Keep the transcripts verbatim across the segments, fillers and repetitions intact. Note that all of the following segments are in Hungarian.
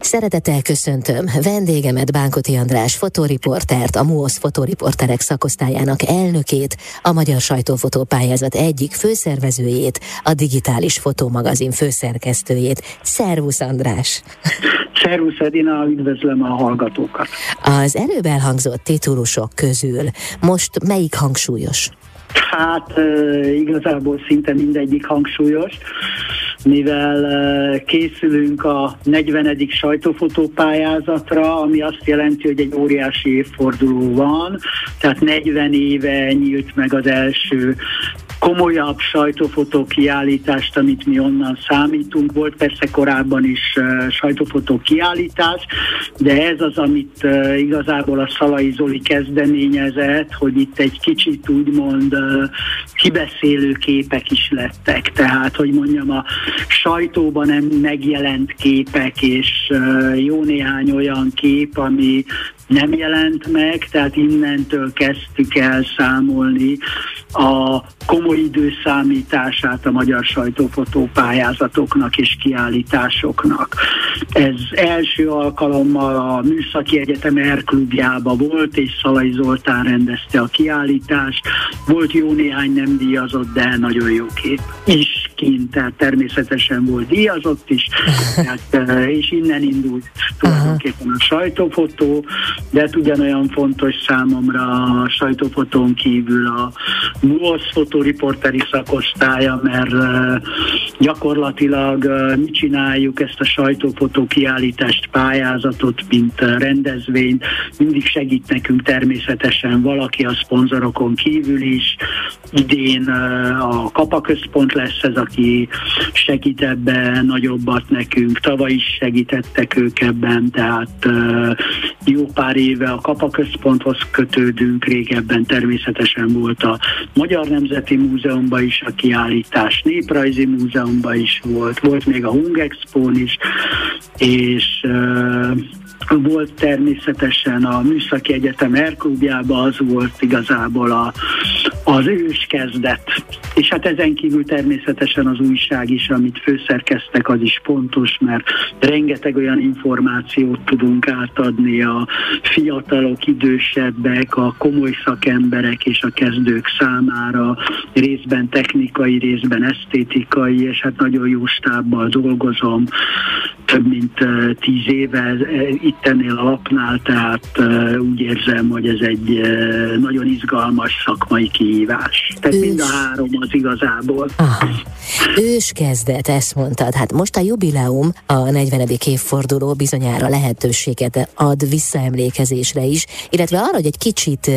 Szeretettel köszöntöm vendégemet, Bánkoti András fotóriportert, a MUOSZ fotóriporterek szakosztályának elnökét, a Magyar Sajtófotópályázat egyik főszervezőjét, a Digitális Fotómagazin főszerkesztőjét. Szervusz, András! Szervusz, Edina, üdvözlöm a hallgatókat! Az előbb elhangzott titulusok közül most melyik hangsúlyos? Hát igazából szinte mindegyik hangsúlyos, mivel készülünk a negyvenedik sajtófotópályázatra, ami azt jelenti, hogy egy óriási évforduló van, tehát negyven éve nyílt meg az első komolyabb sajtófotó kiállítást, amit mi onnan számítunk. Volt persze korábban is uh, sajtófotó kiállítás, de ez az, amit uh, igazából a Szalai Zoli kezdeményezett, hogy itt egy kicsit úgymond uh, kibeszélő képek is lettek. Tehát, hogy mondjam, a sajtóban nem megjelent képek, és uh, jó néhány olyan kép, ami nem jelent meg, tehát innentől kezdtük el számolni a komoly időszámítását a magyar sajtófotópályázatoknak és kiállításoknak. Ez első alkalommal a Műszaki Egyetem R-klubjában volt, és Szalai Zoltán rendezte a kiállítást. Volt jó néhány nem díjazott, de nagyon jó kép is kint, tehát természetesen volt díjazott is, tehát, és innen indult tulajdonképpen a sajtófotó, de hát ugyanolyan fontos számomra a sajtófotón kívül a MUOSZ fotóriporteri szakosztálya, mert gyakorlatilag mi csináljuk ezt a sajtófotó kiállítást, pályázatot, mint rendezvényt. Mindig segít nekünk természetesen valaki a szponzorokon kívül is. Idén a Kapa Központ lesz ez, aki segít ebben nagyobbat nekünk. Tavaly is segítettek ők ebben, tehát jó pár éve a Kapa Központhoz kötődünk, régebben természetesen volt a Magyar Nemzeti Múzeumban is a kiállítás, Néprajzi Múzeumban is volt, volt még a Hungexpón is, és uh, volt természetesen a Műszaki Egyetem R-klubjában, az volt igazából a, az ős kezdet. És hát ezen kívül természetesen az újság is, amit főszerkesztek, az is fontos, mert rengeteg olyan információt tudunk átadni a fiatalok, idősebbek, a komoly szakemberek és a kezdők számára, részben technikai, részben esztétikai, és hát nagyon jó stábbal dolgozom, több mint uh, tíz éve itt ennél a lapnál, tehát uh, úgy érzem, hogy ez egy uh, nagyon izgalmas szakmai kihívás. Tehát Ős. mind a három az igazából. Aha. Ős kezdet, ezt mondtad. Hát most a jubileum, a negyvenedik évforduló bizonyára lehetőséget ad visszaemlékezésre is, illetve arra, hogy egy kicsit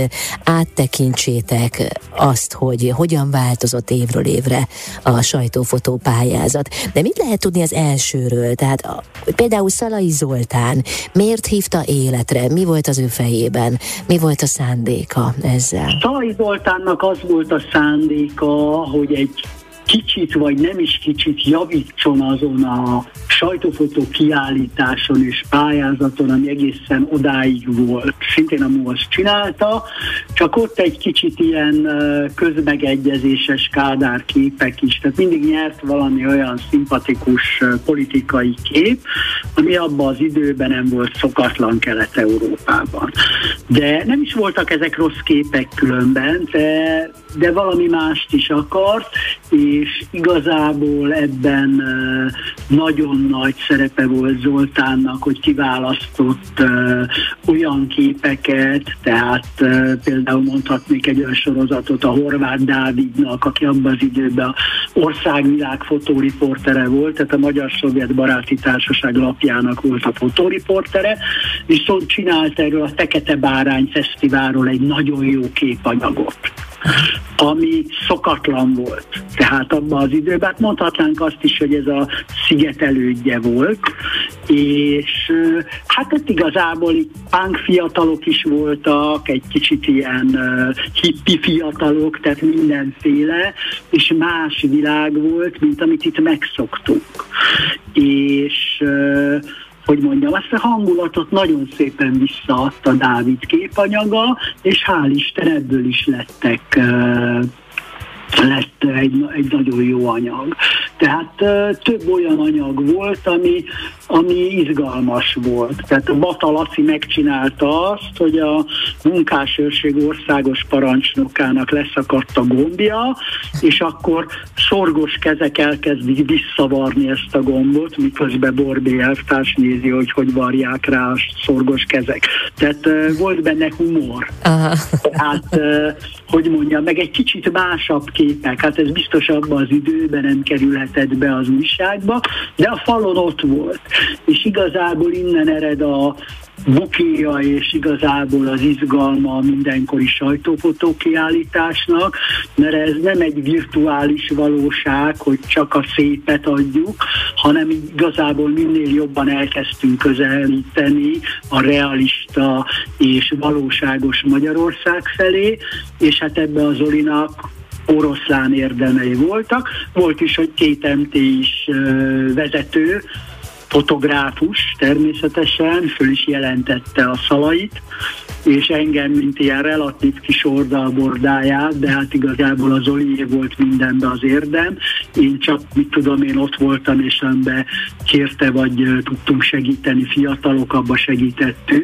áttekintsétek azt, hogy hogyan változott évről évre a sajtófotó pályázat. De mit lehet tudni az elsőről? Tehát a, például Szalai Zoltán miért hívta életre? Mi volt az ő fejében? Mi volt a szándéka ezzel? Szalai Zoltánnak az volt a szándéka, hogy egy kicsit, vagy nem is kicsit javítson azon a sajtófotó kiállításon és pályázaton, ami egészen odáig volt. Szintén a MUOSZ csinálta, csak ott egy kicsit ilyen közmegegyezéses Kádár képek is. Tehát mindig nyert valami olyan szimpatikus politikai kép, ami abban az időben nem volt szokatlan Kelet-Európában. De nem is voltak ezek rossz képek különben, de, de valami mást is akart, és igazából ebben nagyon nagy szerepe volt Zoltánnak, hogy kiválasztott uh, olyan képeket, tehát uh, például mondhatnék egy olyan sorozatot a Horváth Dávidnak, aki abban az időben a országvilág fotóriportere volt, tehát a Magyar-Szovjet Baráti Társaság lapjának volt a fotóriportere, viszont csinált erről a Fekete Bárány Fesztiválról egy nagyon jó képanyagot, ami szokatlan volt. Tehát abban az időben, hát mondhatnánk azt is, hogy ez a Sziget elődje volt, és hát ott igazából itt punk fiatalok is voltak, egy kicsit ilyen uh, hippi fiatalok, tehát mindenféle, és más világ volt, mint amit itt megszoktunk. És uh, hogy mondjam, ezt a hangulatot nagyon szépen visszaadta Dávid képanyaga, és hál' Isten ebből is lettek uh, lett egy, egy nagyon jó anyag. Tehát uh, több olyan anyag volt, ami, ami izgalmas volt. Tehát a Bata Laci megcsinálta azt, hogy a munkásőrség országos parancsnokának leszakadt a gombja, és akkor szorgos kezek elkezdik visszavarni ezt a gombot, miközben Borbély elvtárs nézi, hogy hogy varják rá a szorgos kezek. Tehát uh, volt benne humor. Aha. Tehát, uh, hogy mondjam, meg egy kicsit másabb képek. Hát ez biztos abban az időben nem kerülhetett be az újságba, de a falon ott volt. És igazából innen ered a bukéja és igazából az izgalma a mindenkori sajtófotó kiállításnak, mert ez nem egy virtuális valóság, hogy csak a szépet adjuk, hanem igazából minél jobban elkezdtünk közelíteni a realista és valóságos Magyarország felé, és hát ebbe az Zolinak oroszlán érdemei voltak. Volt is, hogy két em té is vezető, fotográfus természetesen, föl is jelentette a szalait, és engem, mint ilyen relatív kis oldalbordáját, de hát igazából az Zolié volt mindenbe az érdem. Én csak, mit tudom, én ott voltam, és önbe kérte, vagy tudtunk segíteni, fiatalok, abba segítettünk,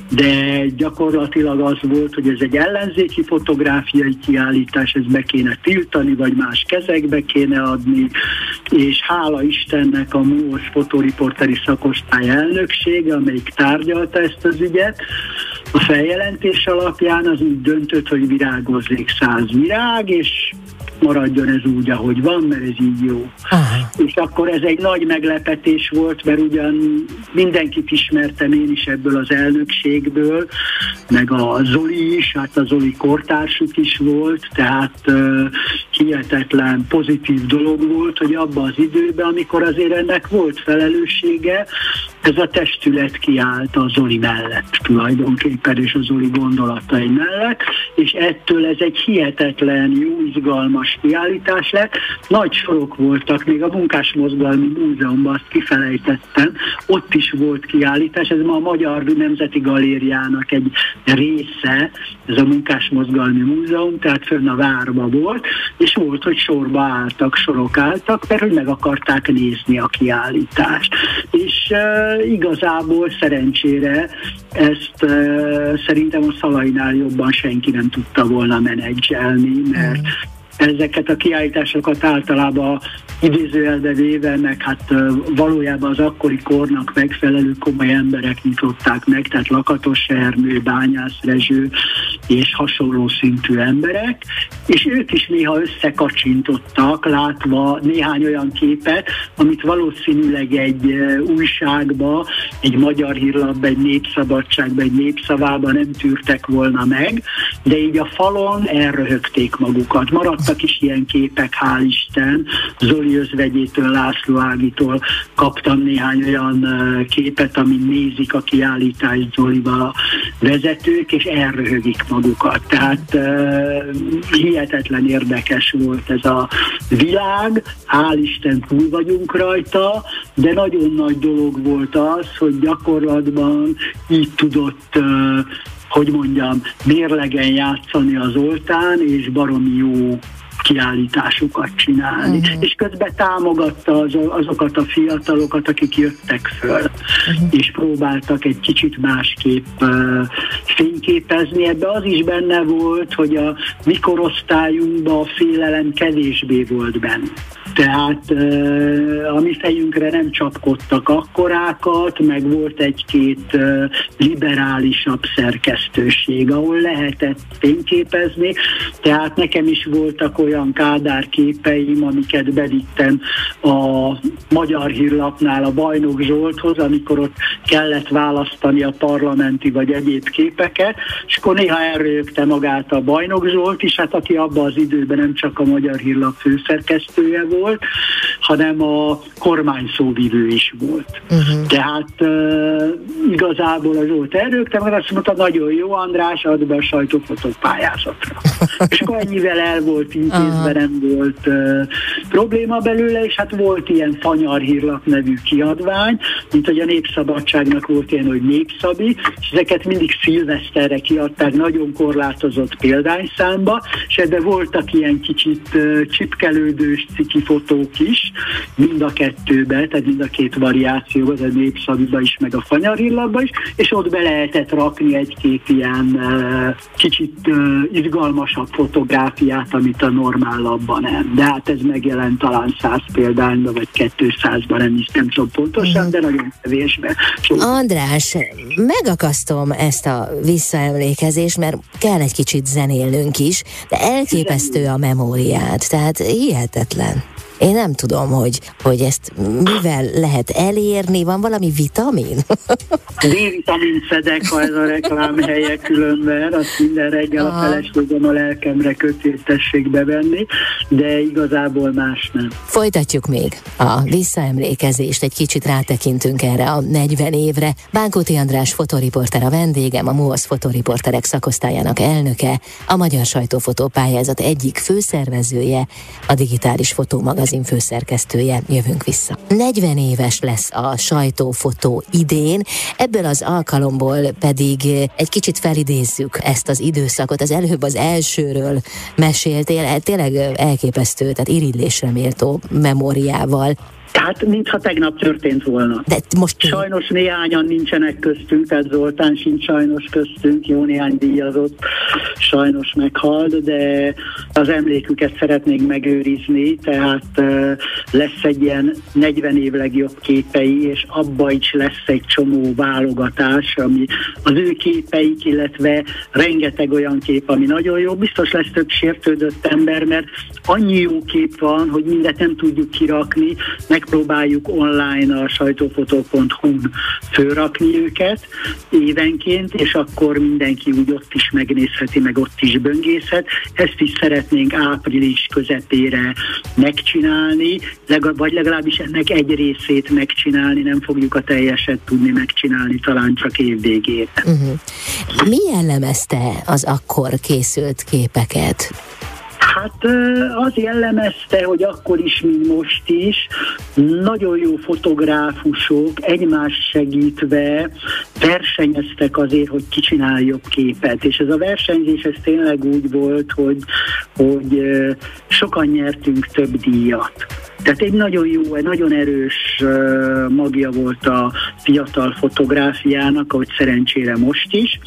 de gyakorlatilag az volt, hogy ez egy ellenzéki fotográfiai kiállítás, ez be kéne tiltani, vagy más kezekbe kéne adni, és hála Istennek a MUOS fotoriporteri szakosztály elnöksége, amelyik tárgyalta ezt az ügyet, a feljelentés alapján az úgy döntött, hogy virágozzék száz virág, és maradjon ez úgy, ahogy van, mert ez így jó. Aha. És akkor ez egy nagy meglepetés volt, mert ugyan mindenkit ismertem én is ebből az elnökségből, meg a Zoli is, hát a Zoli kortársuk is volt, tehát uh, hihetetlen pozitív dolog volt, hogy abban az időben, amikor azért ennek volt felelőssége, ez a testület kiállt a Zoli mellett tulajdonképpen, és a Zoli gondolatai mellett, és ettől ez egy hihetetlen, jó, izgalmas kiállítás lett. Nagy sorok voltak, még a Munkásmozgalmi Múzeumban, azt kifelejtettem, ott is volt kiállítás, ez ma a Magyar Nemzeti Galériának egy része, ez a Munkásmozgalmi Múzeum, tehát fönn a várba volt, és volt, hogy sorba álltak, sorok álltak, mert hogy meg akarták nézni a kiállítást. És uh, igazából szerencsére ezt uh, szerintem a Szalainál jobban senki nem tudta volna menedzselni, mert ezeket a kiállításokat általában idézőjelbe véve, meg hát valójában az akkori kornak megfelelő komoly emberek nyitották meg, tehát Lakatos Ernő, Bányász Rezső és hasonló szintű emberek, és ők is néha összekacsintottak, látva néhány olyan képet, amit valószínűleg egy újságba, egy Magyar Hírlapba, egy Népszabadságba, egy Népszavában nem tűrtek volna meg, de így a falon elröhögték magukat. Maradtak is ilyen képek, hál' Isten. Zoli özvegyétől, László Ágitól kaptam néhány olyan képet, amin nézik a kiállítást Zolival a vezetők, és elröhögik magukat. Tehát uh, hihetetlen érdekes volt ez a világ, hál' Isten túl vagyunk rajta, de nagyon nagy dolog volt az, hogy gyakorlatban így tudott uh, hogy mondjam, mérlegen játszani az Zoltán, és baromi jó kiállításokat csinálni. Uh-huh. És közben támogatta az, azokat a fiatalokat, akik jöttek föl, uh-huh. és próbáltak egy kicsit másképp uh, fényképezni. Ebbe az is benne volt, hogy a mi korosztályunkban a félelem kevésbé volt benne. Tehát uh, a mi fejünkre nem csapkodtak akkorákat, meg volt egy-két uh, liberálisabb szerkesztőség, ahol lehetett fényképezni, tehát nekem is voltak olyan Kádár képeim, amiket bevittem a Magyar Hírlapnál a Bajnok Zsolthoz, amikor ott kellett választani a parlamenti vagy egyéb képeket, és akkor néha elrögte magát a Bajnok Zsolt is, hát aki abban az időben nem csak a Magyar Hírlap főszerkesztője volt, hanem a kormányszóvivő is volt. Uh-huh. Tehát uh, igazából a Zsolt elrögte, mert azt mondta, nagyon jó, András, add be a sajtófotó pályázatra. És akkor ennyivel el volt intézve, nem volt uh, probléma belőle, és hát volt ilyen Fanyar Hírlap nevű kiadvány, mint hogy a Népszabadságnak volt ilyen, hogy Népszabi, és ezeket mindig szilveszterre kiadták nagyon korlátozott példányszámba, és ebben voltak ilyen kicsit uh, csipkelődős, ciki fotók is, mind a kettőben, tehát mind a két variációban, a Népszavúban is, meg a Fanyar-illatban is, és ott be lehetett rakni egy-két ilyen uh, kicsit uh, izgalmasabb fotográfiát, amit a normál labban nem. De hát ez megjelent talán száz példányban, vagy kétszázban, nem is nem tudom pontosan, de nagyon kevésben. András, megakasztom ezt a visszaemlékezést, mert kell egy kicsit zenélnünk is, de elképesztő a memóriád, tehát hihetetlen. Én nem tudom, hogy, hogy ezt mivel lehet elérni, van valami vitamin? D-vitamin szedek, ha ez a reklámhelye különben, azt minden reggel a feleségem a lelkemre kötét tessék bevenni, de igazából más nem. Folytatjuk még a visszaemlékezést, egy kicsit rátekintünk erre a negyven évre. Bánkóti András fotoriporter a vendégem, a MUOSZ fotoriporterek szakosztályának elnöke, a Magyar Sajtófotó Pályázat egyik főszervezője, a Digitális Fotómagazin főszerkesztője. Jövünk vissza. negyven éves lesz a sajtófotó idén, ebből az alkalomból pedig egy kicsit felidézzük ezt az időszakot. Az előbb az elsőről meséltél, tényleg elképesztő, tehát irigylésre méltó memóriával. Hát, mintha tegnap történt volna. De most sajnos néhányan nincsenek köztünk, tehát Zoltán sincs sajnos köztünk, jó néhány díjazott sajnos meghalt, de az emléküket szeretnénk megőrizni, tehát uh, lesz egy ilyen negyven év legjobb képei, és abba is lesz egy csomó válogatás, ami az ő képeik, illetve rengeteg olyan kép, ami nagyon jó. Biztos lesz több sértődött ember, mert annyi jó kép van, hogy mindet nem tudjuk kirakni, megpróbáljuk online a sajtófotó pont hu-n fölrakni őket évenként, és akkor mindenki úgy ott is megnézheti, meg ott is böngészhet. Ezt is szeretnénk április közepére megcsinálni, vagy legalábbis ennek egy részét megcsinálni, nem fogjuk a teljeset tudni megcsinálni, talán csak év végére. Uh-huh. Mi jellemezte az akkor készült képeket? Hát az jellemezte, hogy akkor is, mint most is, nagyon jó fotográfusok egymást segítve versenyeztek azért, hogy ki csinál jobb képet. És ez a versenyzés ez tényleg úgy volt, hogy, hogy sokan nyertünk több díjat. Tehát egy nagyon jó, egy nagyon erős uh, magja volt a fiatal fotográfiának, ahogy szerencsére most is,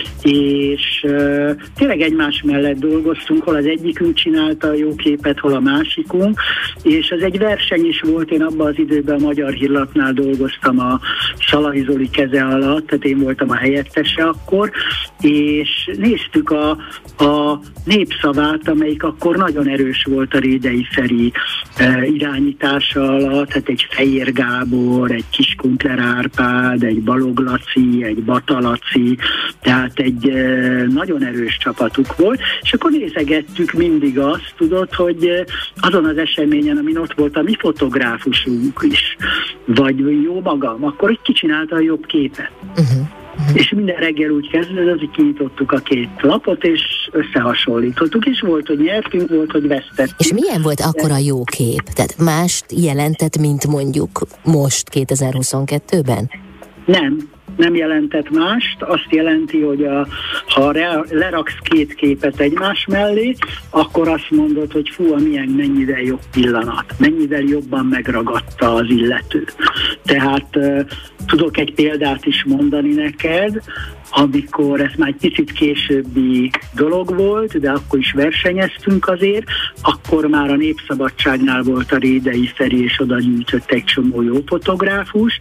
és uh, tényleg egymás mellett dolgoztunk, hol az egyikünk csinálta a jó képet, hol a másikunk, és ez egy verseny is volt. Én abban az időben a Magyar Hírlapnál dolgoztam a Szalai Zoli keze alatt, tehát én voltam a helyettese akkor, és néztük a, a Népszavát, amelyik akkor nagyon erős volt a Rédei Feri uh, irányítása alatt, tehát egy Fejér Gábor, egy Kiskunkler Árpád, egy Balog Laci, egy Bata Laci, tehát egy e, nagyon erős csapatuk volt, és akkor nézegettük mindig azt, tudod, hogy azon az eseményen, amin ott volt a mi fotográfusunk is, vagy jó magam, akkor hogy kicsinálta a jobb képet. Uh-huh. Uh-huh. És minden reggel úgy kezdődött, hogy kinyitottuk a két lapot, és összehasonlítottuk, és volt, hogy nyertünk, volt, hogy vesztettünk. És milyen volt akkor a jó kép? Tehát mást jelentett, mint mondjuk most kétezer-huszonkettőben? Nem. Nem jelentett mást, azt jelenti, hogy a, ha re, leraksz két képet egymás mellé, akkor azt mondod, hogy fú, milyen mennyivel jobb pillanat, mennyivel jobban megragadta az illető. Tehát uh, tudok egy példát is mondani neked, amikor ez már egy picit későbbi dolog volt, de akkor is versenyeztünk azért, akkor már a Népszabadságnál volt a Rédei Feri, és oda gyűjtött egy csomó jó fotográfus,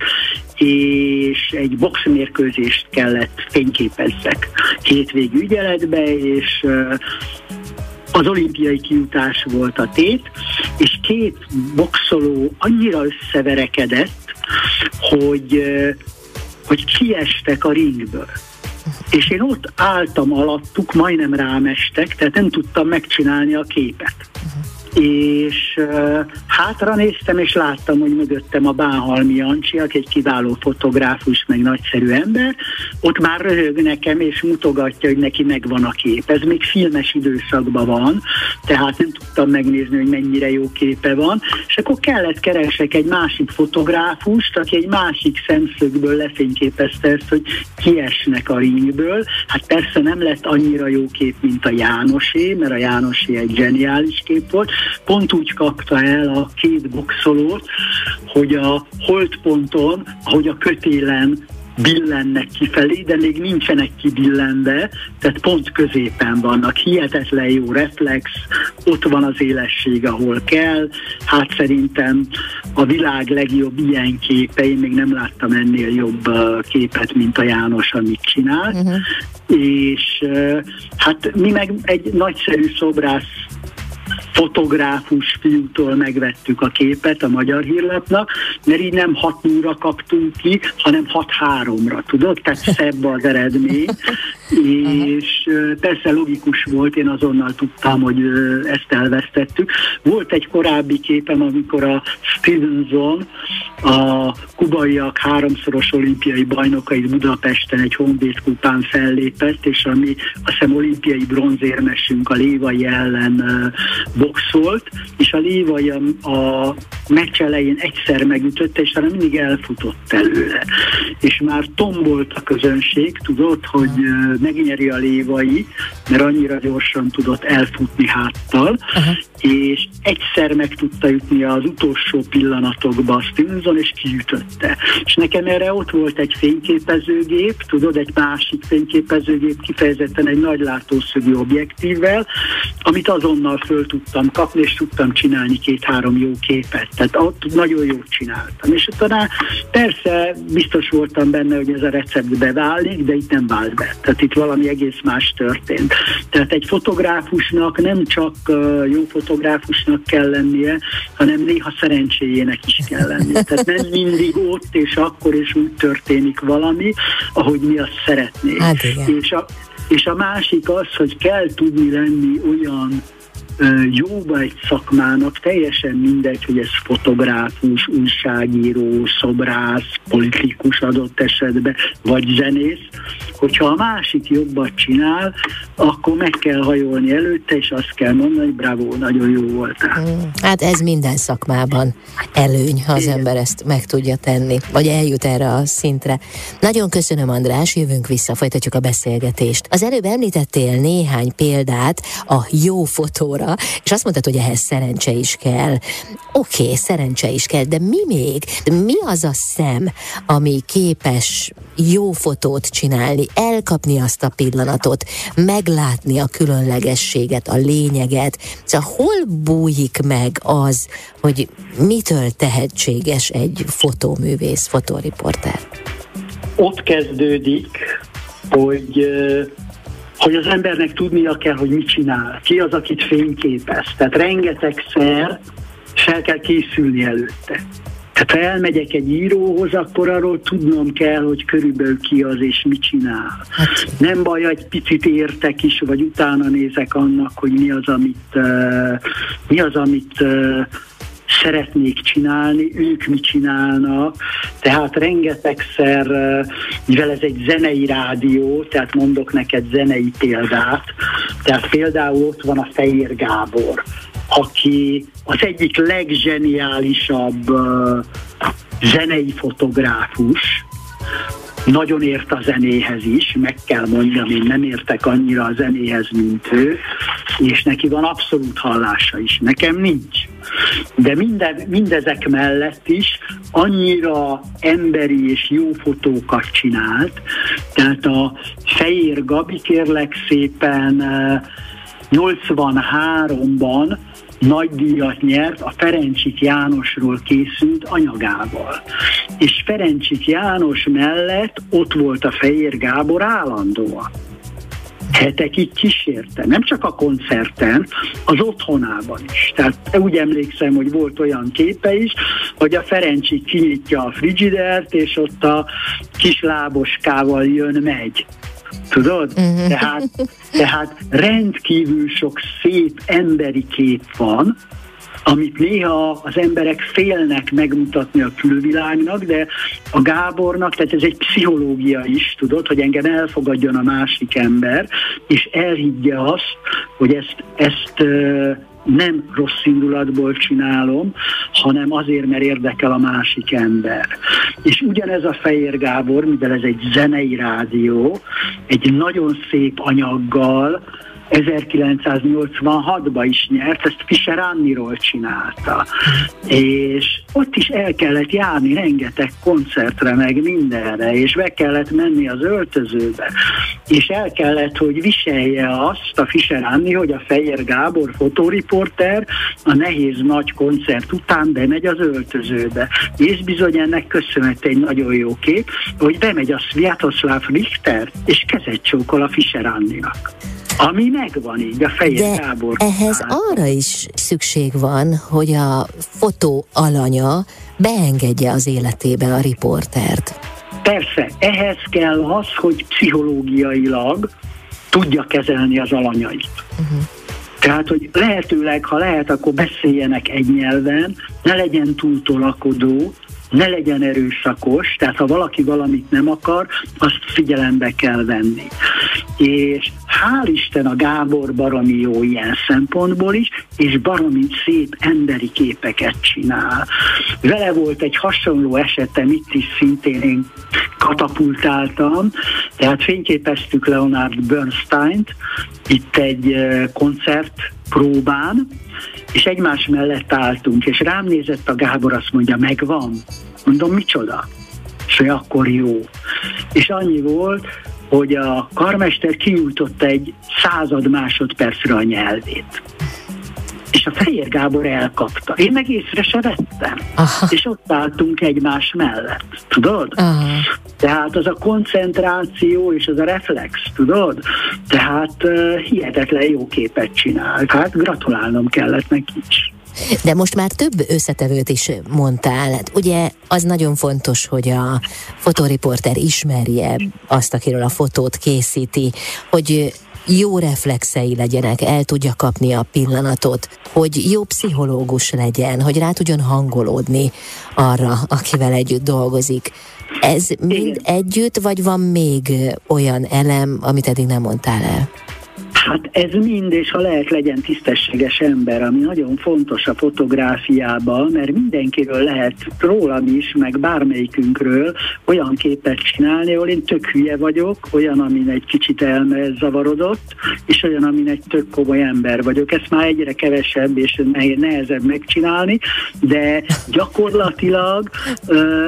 és egy boxmérkőzést kellett fényképezzek hétvégi ügyeletbe, és az olimpiai kijutás volt a tét, és két boxoló annyira összeverekedett, hogy, hogy kiestek a ringből. És én ott álltam alattuk, majdnem rám estek, tehát nem tudtam megcsinálni a képet. Uh-huh. És uh, hátra néztem, és láttam, hogy mögöttem a Bánhalmi Jancsi, aki egy kiváló fotográfus, meg nagyszerű ember, ott már röhög nekem, és mutogatja, hogy neki megvan a kép. Ez még filmes időszakban van, tehát nem tudtam megnézni, hogy mennyire jó képe van, és akkor kellett keresek egy másik fotográfust, aki egy másik szemszögből lefényképezte ezt, hogy kiesnek a ringből. Hát persze nem lett annyira jó kép, mint a Jánosé, mert a Jánosé egy zseniális kép volt, pont úgy kapta el a két boxolót, hogy a holdponton, ahogy a kötélen billennek kifelé, de még nincsenek kibillenve, tehát pont középen vannak. Hihetetlen jó reflex, ott van az élesség, ahol kell. Hát szerintem a világ legjobb ilyen képe, én még nem láttam ennél jobb képet, mint a János, amit csinál. Uh-huh. És hát mi meg egy nagyszerű szobrász fotográfus fiútól megvettük a képet a Magyar Hírlapnak, mert így nem hat nulla kaptunk ki, hanem hat háromra, tudod? Tehát szebb az eredmény, és persze logikus volt, én azonnal tudtam, hogy ezt elvesztettük. Volt egy korábbi képem, amikor a Stevenson, a kubaiak háromszoros olimpiai bajnokai Budapesten egy Honvéd kupán fellépett, és ami azt hiszem olimpiai bronzérmesünk a Lévai ellen boxolt, és a Lévai a, a meccs elején egyszer megütötte, és talán mindig elfutott előle. És már tombolt a közönség, tudod, hogy megnyeri a Lévai, mert annyira gyorsan tudott elfutni háttal, uh-huh. és egyszer meg tudta ütni az utolsó pillanatokban a Stevenson, és kiütötte. És nekem erre ott volt egy fényképezőgép, tudod, egy másik fényképezőgép, kifejezetten egy nagy látószögű objektívvel, amit azonnal föl tudtam kapni, és tudtam csinálni két-három jó képet. Tehát ott nagyon jót csináltam. És utána persze biztos voltam benne, hogy ez a recept beválik, de itt nem vált be. Tehát itt valami egész más történt. Tehát egy fotográfusnak nem csak jó fotográfusnak kell lennie, hanem néha szerencséjének is kell lennie. Tehát nem mindig ott és akkor és úgy történik valami, ahogy mi azt szeretnénk. Hát és, a, és a másik az, hogy kell tudni lenni olyan jóba egy szakmának, teljesen mindegy, hogy ez fotográfus, újságíró, szobrász, politikus adott esetben, vagy zenész, hogyha a másik jobbat csinál, akkor meg kell hajolni előtte, és azt kell mondani, hogy bravo, nagyon jó voltál. Hát ez minden szakmában előny, ha az Igen. ember ezt meg tudja tenni, vagy eljut erre a szintre. Nagyon köszönöm, András, jövünk vissza, folytatjuk a beszélgetést. Az előbb említettél néhány példát a jó fotóra, és azt mondtad, hogy ehhez szerencse is kell. Oké, okay, szerencse is kell, de mi még? De mi az a szem, ami képes jó fotót csinálni, elkapni azt a pillanatot, meglátni a különlegességet, a lényeget? Szóval hol bújik meg az, hogy mitől tehetséges egy fotóművész, fotóriporter? Ott kezdődik, hogy... hogy az embernek tudnia kell, hogy mit csinál, ki az, akit fényképez. Tehát rengetegszer fel kell készülni előtte. Tehát ha elmegyek egy íróhoz, akkor arról tudnom kell, hogy körülbelül ki az és mit csinál. Nem baj, egy picit értek is, vagy utána nézek annak, hogy mi az, amit, uh, mi az, amit uh, szeretnék csinálni, ők mit csinálnak, tehát rengetegszer, mivel ez egy zenei rádió, tehát mondok neked zenei példát, tehát például ott van a Fejér Gábor, aki az egyik legzseniálisabb uh, zenei fotográfus, nagyon ért a zenéhez is, meg kell mondjam, én nem értek annyira a zenéhez, mint ő, és neki van abszolút hallása is, nekem nincs. De minden, mindezek mellett is annyira emberi és jó fotókat csinált, tehát a Fejér Gabi, kérlek szépen, nyolcvanháromban nagy díjat nyert a Ferencsik Jánosról készült anyagával. És Ferencsik János mellett ott volt a Fejér Gábor állandóan. Hetekig kísérte, nem csak a koncerten, az otthonában is. Tehát úgy emlékszem, hogy volt olyan képe is, hogy a Ferencsik kinyitja a frigidert, és ott a kis láboskával jön-megy. Tudod? Uh-huh. Tehát, tehát rendkívül sok szép emberi kép van, amit néha az emberek félnek megmutatni a külvilágnak, de a Gábornak, tehát ez egy pszichológia is, tudod, hogy engem elfogadjon a másik ember, és elhiggye azt, hogy ezt, ezt nem rossz indulatból csinálom, hanem azért, mert érdekel a másik ember. És ugyanez a Fejér Gábor, mivel ez egy zenei rádió, egy nagyon szép anyaggal ezerkilencszáznyolcvanhatban is nyert, ezt Fischer Anniról csinálta. És ott is el kellett járni rengeteg koncertre, meg mindenre, és be kellett menni az öltözőbe, és el kellett, hogy viselje azt a Fischer Anni, hogy a Fejér Gábor fotóriporter a nehéz nagy koncert után bemegy az öltözőbe. És bizony ennek köszönhető egy nagyon jó kép, hogy bemegy a Sviatoslav Richter, és kezet csókol a Fischer Anninak. Ami megvan így, a Fejér Gábor. Ehhez arra is szükség van, hogy a fotó alanya beengedje az életébe a riportert. Persze, ehhez kell az, hogy pszichológiailag tudja kezelni az alanyait. Uh-huh. Tehát, hogy lehetőleg, ha lehet, akkor beszéljenek egy nyelven, ne legyen túl tolakodó, ne legyen erőszakos, tehát ha valaki valamit nem akar, azt figyelembe kell venni. És hál' Isten a Gábor baromi jó ilyen szempontból is, és baromi szép emberi képeket csinál. Vele volt egy hasonló esetem, itt is szintén én katapultáltam, tehát fényképeztük Leonard Bernsteint, itt egy koncert próbán, és egymás mellett álltunk, és rám nézett a Gábor, azt mondja, megvan. Mondom, micsoda? És hogy akkor jó. És annyi volt, hogy a karmester kinyújtotta egy század másodpercre a nyelvét. És a Fejér Gábor elkapta. Én meg észre se vettem. Aha. És ott álltunk egymás mellett. Tudod? Aha. Tehát az a koncentráció és az a reflex, tudod? Tehát uh, hihetetlen jó képet csinál. Hát gratulálnom kellett neki is. De most már több összetevőt is mondtál. Hát ugye az nagyon fontos, hogy a fotóriporter ismerje azt, akiről a fotót készíti, hogy jó reflexei legyenek, el tudja kapni a pillanatot, hogy jó pszichológus legyen, hogy rá tudjon hangolódni arra, akivel együtt dolgozik. Ez mind Igen. együtt, vagy van még olyan elem, amit eddig nem mondtál el? Hát ez mind, és ha lehet, legyen tisztességes ember, ami nagyon fontos a fotográfiában, mert mindenkiről lehet, rólam is, meg bármelyikünkről olyan képet csinálni, ahol én tök hülye vagyok, olyan, amin egy kicsit elzavarodott, és olyan, amin egy tök komoly ember vagyok. Ezt már egyre kevesebb és nehezebb megcsinálni, de gyakorlatilag uh,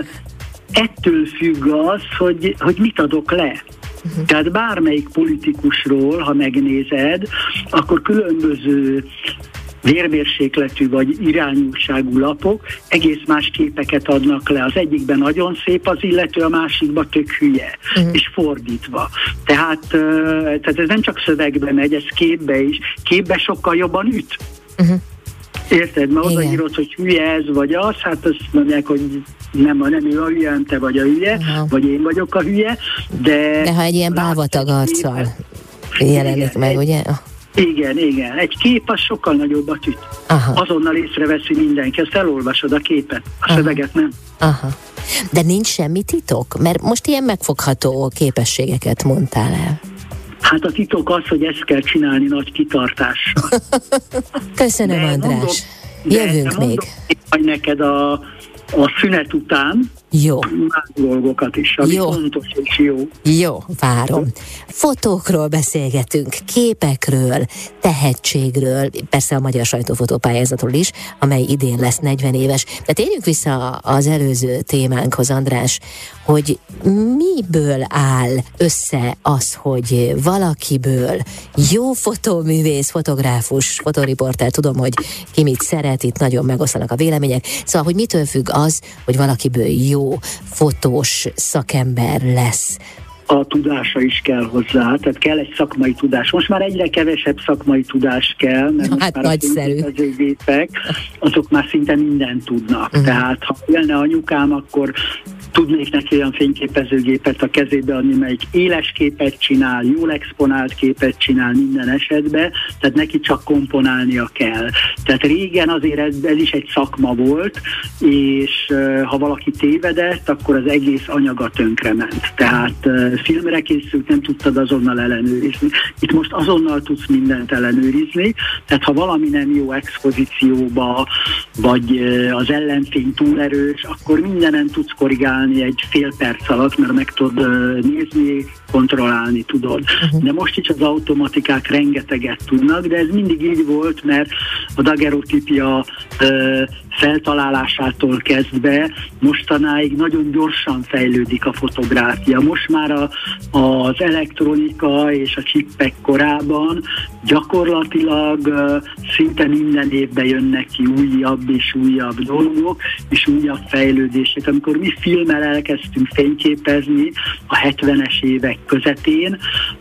ettől függ az, hogy, hogy mit adok le. Uh-huh. Tehát bármelyik politikusról, ha megnézed, akkor különböző vérmérsékletű vagy irányultságú lapok egész más képeket adnak le. Az egyikben nagyon szép az illető, a másikban tök hülye, uh-huh. és fordítva. Tehát, tehát ez nem csak szövegbe megy, ez képbe is. Képbe sokkal jobban üt. Uh-huh. Érted? Mert odaírod, hogy hülye ez vagy az, hát azt mondják, hogy nem, nem ő a hülye, te vagy a hülye, uh-huh. vagy én vagyok a hülye, de... De ha egy ilyen bávatag arccal jelenik igen, meg, egy, ugye? Igen, igen. Egy kép az sokkal nagyobbat üt. Aha. Azonnal észreveszi mindenki, ezt elolvasod a képet, a Aha. szöveget nem. Aha. De nincs semmi titok? Mert most ilyen megfogható képességeket mondtál el. Hát a titok az, hogy ezt kell csinálni nagy kitartással. Köszönöm, de András. Mondom, Jövünk még. Majd neked a, a szünet után jó. Más dolgokat is, ami jó. fontos és jó. Jó, várom. Fotókról beszélgetünk, képekről, tehetségről, persze a Magyar Sajtófotópályázatról is, amely idén lesz negyven éves. De térjünk vissza az előző témánkhoz, András, hogy miből áll össze az, hogy valakiből jó fotóművész, fotográfus, fotóriporter, tudom, hogy ki mit szeret, itt nagyon megoszlanak a vélemények, szóval, hogy mitől függ az, hogy valakiből jó fotós szakember lesz? A tudása is kell hozzá, tehát kell egy szakmai tudás. Most már egyre kevesebb szakmai tudás kell, mert most hát már nagyszerű. a gépek, azok már szinte mindent tudnak. Uh-huh. Tehát ha élne anyukám, akkor tudnék neki olyan fényképezőgépet a kezébe adni, melyik éles képet csinál, jól exponált képet csinál minden esetben, tehát neki csak komponálnia kell. Tehát régen azért ez, ez is egy szakma volt, és uh, ha valaki tévedett, akkor az egész anyaga tönkrement. Tehát uh, filmre készült, nem tudtad azonnal ellenőrizni. Itt most azonnal tudsz mindent ellenőrizni, tehát ha valami nem jó expozícióba, vagy az ellenfény túl erős, akkor mindenen tudsz korrigálni egy fél perc alatt, mert meg tudod nézni, kontrollálni tudod. Uh-huh. De most is az automatikák rengeteget tudnak, de ez mindig így volt, mert a daguerreotípia ö, feltalálásától kezdve mostanáig nagyon gyorsan fejlődik a fotográfia. Most már a, az elektronika és a csippek korában gyakorlatilag ö, szinte minden évben jönnek ki újabb és újabb dolgok, és újabb fejlődések. Amikor mi filmmel elkezdtünk fényképezni a hetvenes évek közepén,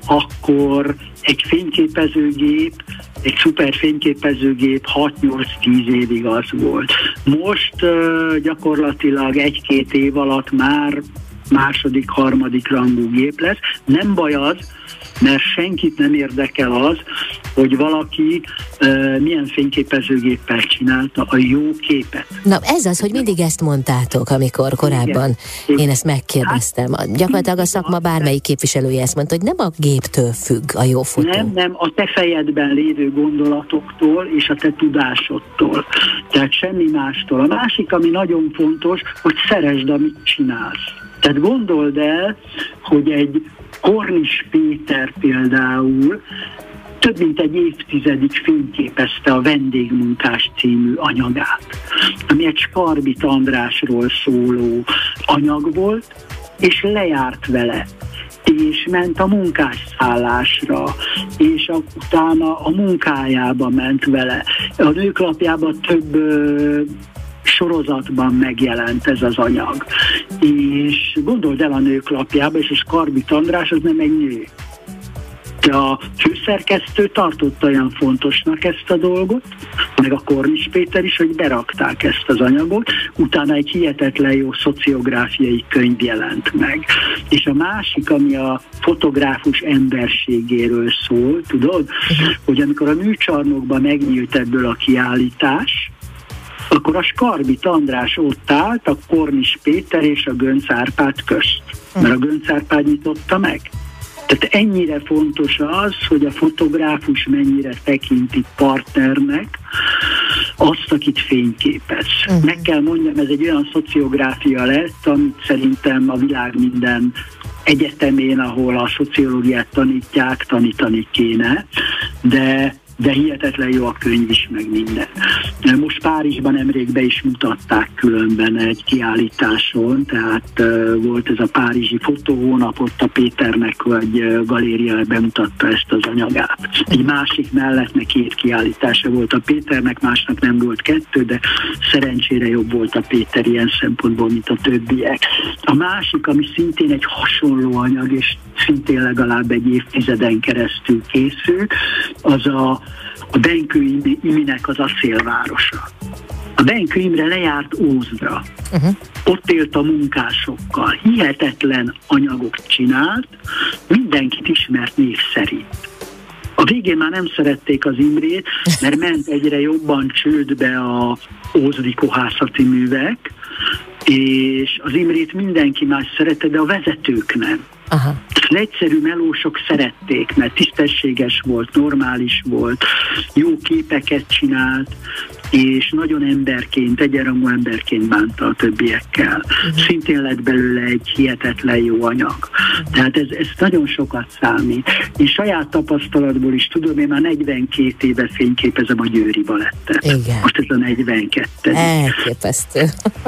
akkor egy fényképezőgép, egy szuper fényképezőgép hat-nyolc-tíz évig az volt. Most uh, gyakorlatilag egy-két év alatt már második, harmadik rangú gép lesz. Nem baj az, mert senkit nem érdekel az, hogy valaki uh, milyen fényképezőgéppel csinálta a jó képet. Na ez az, hogy mindig ezt mondtátok, amikor korábban igen. Én ezt megkérdeztem. Hát, gyakorlatilag a szakma bármelyik képviselője ezt mondta, hogy nem a géptől függ a jó fotó. Nem, nem, a te fejedben lévő gondolatoktól és a te tudásodtól. Tehát semmi mástól. A másik, ami nagyon fontos, hogy szeresd, amit csinálsz. Tehát gondold el, hogy egy Kornis Péter például több mint egy évtizedig fényképezte a Vendégmunkás című anyagát, ami egy Skarbit Andrásról szóló anyag volt, és lejárt vele, és ment a munkásszállásra, és a, utána a munkájába ment vele. A Nőklapjában több ö, sorozatban megjelent ez az anyag. És gondold el a Nőklapjába, és a Skarbit András az nem egy nő. De a főszerkesztő tartotta olyan fontosnak ezt a dolgot, meg a Kornis Péter is, hogy berakták ezt az anyagot, utána egy hihetetlen jó szociográfiai könyv jelent meg. És a másik, ami a fotográfus emberségéről szól, tudod, hogy amikor a műcsarnokban megnyílt ebből a kiállítás, akkor a Skarbit András ott állt, a Kornis Péter és a Göncz Árpád közt. Mert a Göncz Árpád nyitotta meg. Tehát ennyire fontos az, hogy a fotográfus mennyire tekinti partnernek azt, akit fényképez. Uh-huh. Meg kell mondjam, ez egy olyan szociográfia lett, amit szerintem a világ minden egyetemén, ahol a szociológiát tanítják, tanítani kéne, de de hihetetlen jó a könyv is, meg minden. Most Párizsban nemrég be is mutatták különben egy kiállításon, tehát uh, volt ez a párizsi fotóhónap, ott a Péternek vagy uh, galéria bemutatta ezt az anyagát. Egy másik mellett két kiállítása volt a Péternek, másnak nem volt kettő, de szerencsére jobb volt a Péter ilyen szempontból, mint a többiek. A másik, ami szintén egy hasonló anyag, és szintén legalább egy évtizeden keresztül készült, az a a Benkő Iminek az Asszélvárosa. A Benkő Imre lejárt Ózdra. Uh-huh. Ott élt a munkásokkal. Hihetetlen anyagot csinált, mindenkit ismert név szerint. A végén már nem szerették az Imrét, mert ment egyre jobban csődbe a ózdi kohászati művek, és az Imrét mindenki más szerette, de a vezetők nem. Aha. Az egyszerű melósok szerették, mert tisztességes volt, normális volt, jó képeket csinált, és nagyon emberként, egyenrangú emberként bánta a többiekkel. Uh-huh. Szintén lett belőle egy hihetetlen jó anyag. Uh-huh. Tehát ez, ez nagyon sokat számít. Én saját tapasztalatból is tudom, én már negyvenkét éve fényképezem a Győri Balettet. Igen. Most ez a negyvenkettő. Elképesztő.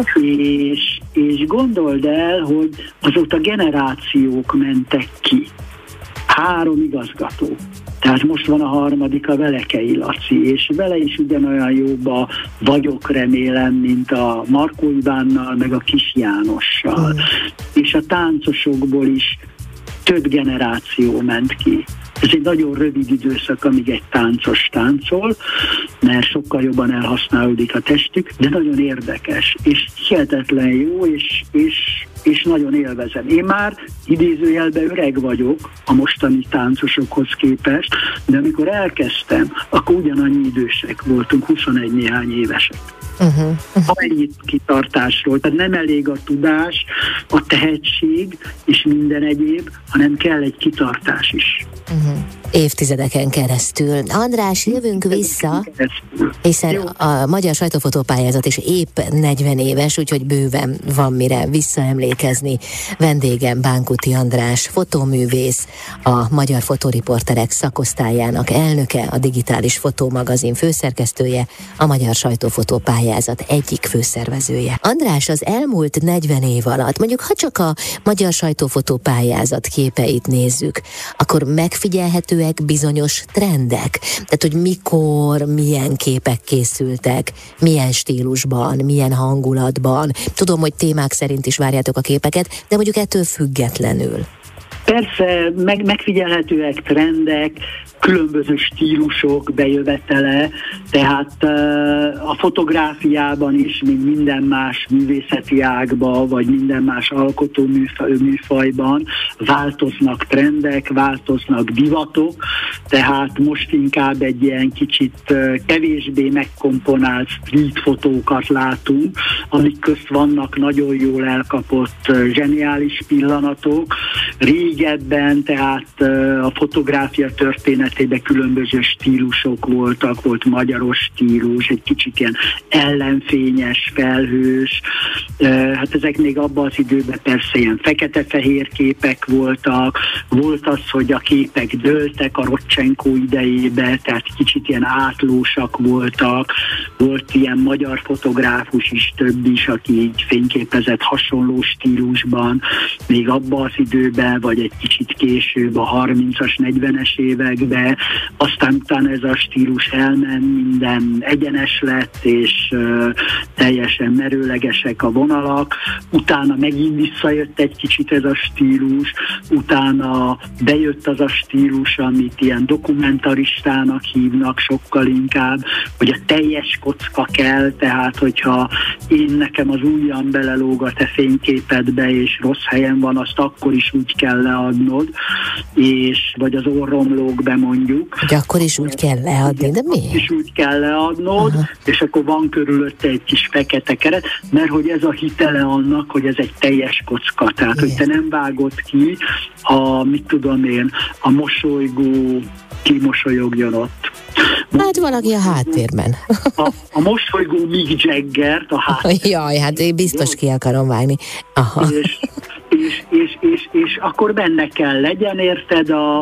és, és gondold el, hogy azóta generációk mentek ki. Három igazgató. Tehát most van a harmadik, a Velekei Laci, és vele is ugyanolyan jóba vagyok, remélem, mint a Markó Ivánnal, meg a Kis Jánossal. Mm. És a táncosokból is több generáció ment ki. Ez egy nagyon rövid időszak, amíg egy táncos táncol, mert sokkal jobban elhasználódik a testük, de nagyon érdekes, és hihetetlen jó, és, és, és nagyon élvezem. Én már idézőjelben öreg vagyok a mostani táncosokhoz képest, de amikor elkezdtem, akkor ugyanannyi idősek voltunk, huszonegy néhány évesek. Uh-huh. Uh-huh. Ennyit kitartásról. Tehát nem elég a tudás, a tehetség és minden egyéb, hanem kell egy kitartás is. Uh-huh. Évtizedeken keresztül. András, jövünk vissza, hiszen a Magyar Sajtófotópályázat is épp negyven éves, úgyhogy bőven van mire visszaemlékezni. Vendégem Bánkuti András, fotóművész, a Magyar Fotóriporterek szakosztályának elnöke, a Digitális Fotómagazin főszerkesztője, a Magyar Sajtófotópályázat egyik főszervezője. András, az elmúlt negyven év alatt, mondjuk ha csak a Magyar Sajtófotópályázat képeit nézzük, akkor megfigyelhető bizonyos trendek. Tehát, hogy mikor, milyen képek készültek, milyen stílusban, milyen hangulatban. Tudom, hogy témák szerint is várjátok a képeket, de mondjuk ettől függetlenül. Persze, meg, megfigyelhetőek trendek, különböző stílusok bejövetele, tehát uh, a fotográfiában is, mint minden más művészeti ágban, vagy minden más alkotó műfajban változnak trendek, változnak divatok, tehát most inkább egy ilyen kicsit uh, kevésbé megkomponált street fotókat látunk, amik közt vannak nagyon jól elkapott uh, zseniális pillanatok. Régebben, tehát uh, a fotográfia történet különböző stílusok voltak, volt magyaros stílus, egy kicsit ilyen ellenfényes, felhős, hát ezek még abban az időben persze ilyen fekete-fehér képek voltak, volt az, hogy a képek dőltek a Rodchenko idejébe, tehát kicsit ilyen átlósak voltak, volt ilyen magyar fotográfus is, több is, aki így fényképezett hasonló stílusban, még abban az időben, vagy egy kicsit később, a harmincas, negyvenes években, aztán utána ez a stílus elment, minden egyenes lett, és uh, teljesen merőlegesek a vonalak, utána megint visszajött egy kicsit ez a stílus, utána bejött az a stílus, amit ilyen dokumentaristának hívnak sokkal inkább, hogy a teljes kocka kell, tehát hogyha én nekem az ujjam belelóg a te fényképedbe, és rossz helyen van, azt akkor is úgy kell leadnod, és vagy az orrom lóg be, mondjuk. Hogy akkor is úgy kell leadni, de miért? És úgy kell leadnod, aha, és akkor van körülötte egy kis fekete keret, mert hogy ez a hitele annak, hogy ez egy teljes kocka. Tehát, igen, hogy te nem vágod ki a, mit tudom én, a mosolygó, ki mosolyogjon ott. Hát valaki a háttérben. A, a mosolygó Mick Jaggert a háttérben. Jaj, hát én biztos ki akarom vágni. Aha. És, és, és, és, és akkor benne kell legyen, érted, a,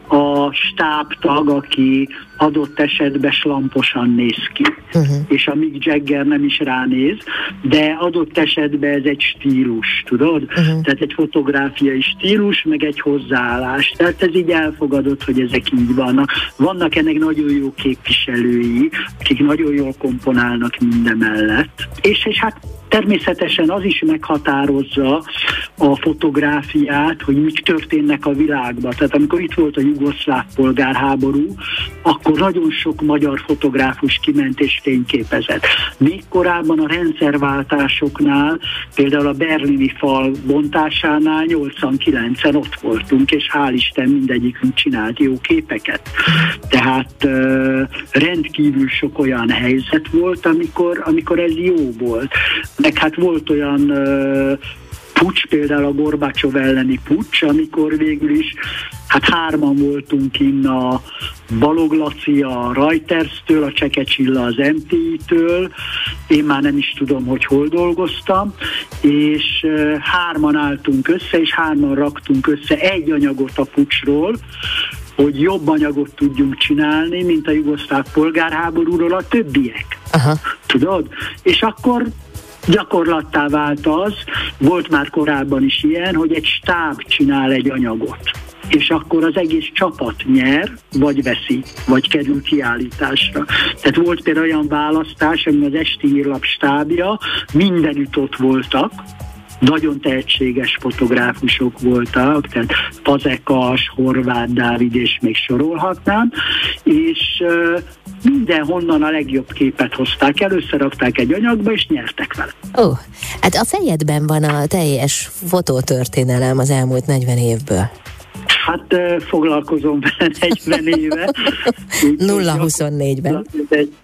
a stábtag, aki adott esetben slamposan néz ki. Uh-huh. És a Mick Jagger nem is ránéz, de adott esetben ez egy stílus, tudod? Uh-huh. Tehát egy fotográfiai stílus, meg egy hozzáállás. Tehát ez így elfogadott, hogy ezek így vannak. Vannak ennek nagyon jó képviselői, akik nagyon jól komponálnak mindemellett. És, és hát természetesen az is meghatározza a fotográfiát, hogy mik történnek a világban. Tehát amikor itt volt a jugoszláv polgárháború, akkor nagyon sok magyar fotográfus kiment és fényképezett. Még korábban a rendszerváltásoknál, például a berlini fal bontásánál nyolcvankilencen ott voltunk, és hál' Isten mindegyikünk csinált jó képeket. Tehát uh, rendkívül sok olyan helyzet volt, amikor, amikor ez jó volt. Meg hát volt olyan uh, puccs, például a Gorbacsov elleni puccs, amikor végül is hát hárman voltunk innen, a Balog Laci a Reuters-től, a Cseke Csilla az em té i-től, én már nem is tudom, hogy hol dolgoztam, és uh, hárman álltunk össze, és hárman raktunk össze egy anyagot a puccsról, hogy jobb anyagot tudjunk csinálni, mint a jugoszláv polgárháborúról a többiek. Aha. Tudod? És akkor gyakorlattá vált az, volt már korábban is ilyen, hogy egy stáb csinál egy anyagot, és akkor az egész csapat nyer, vagy veszi, vagy kerül kiállításra. Tehát volt például olyan választás, ami az Esti Hírlap stábja, mindenütt ott voltak, nagyon tehetséges fotográfusok voltak, tehát Fazekas, Horváth Dávid, és még sorolhatnám, és uh, mindenhonnan a legjobb képet hozták el, összerakták egy anyagba, és nyertek vele. Ó, hát a fejedben van a teljes fotótörténelem az elmúlt negyven évből. Hát foglalkozom vele negyven éve. nulla huszonnégyben. Egy,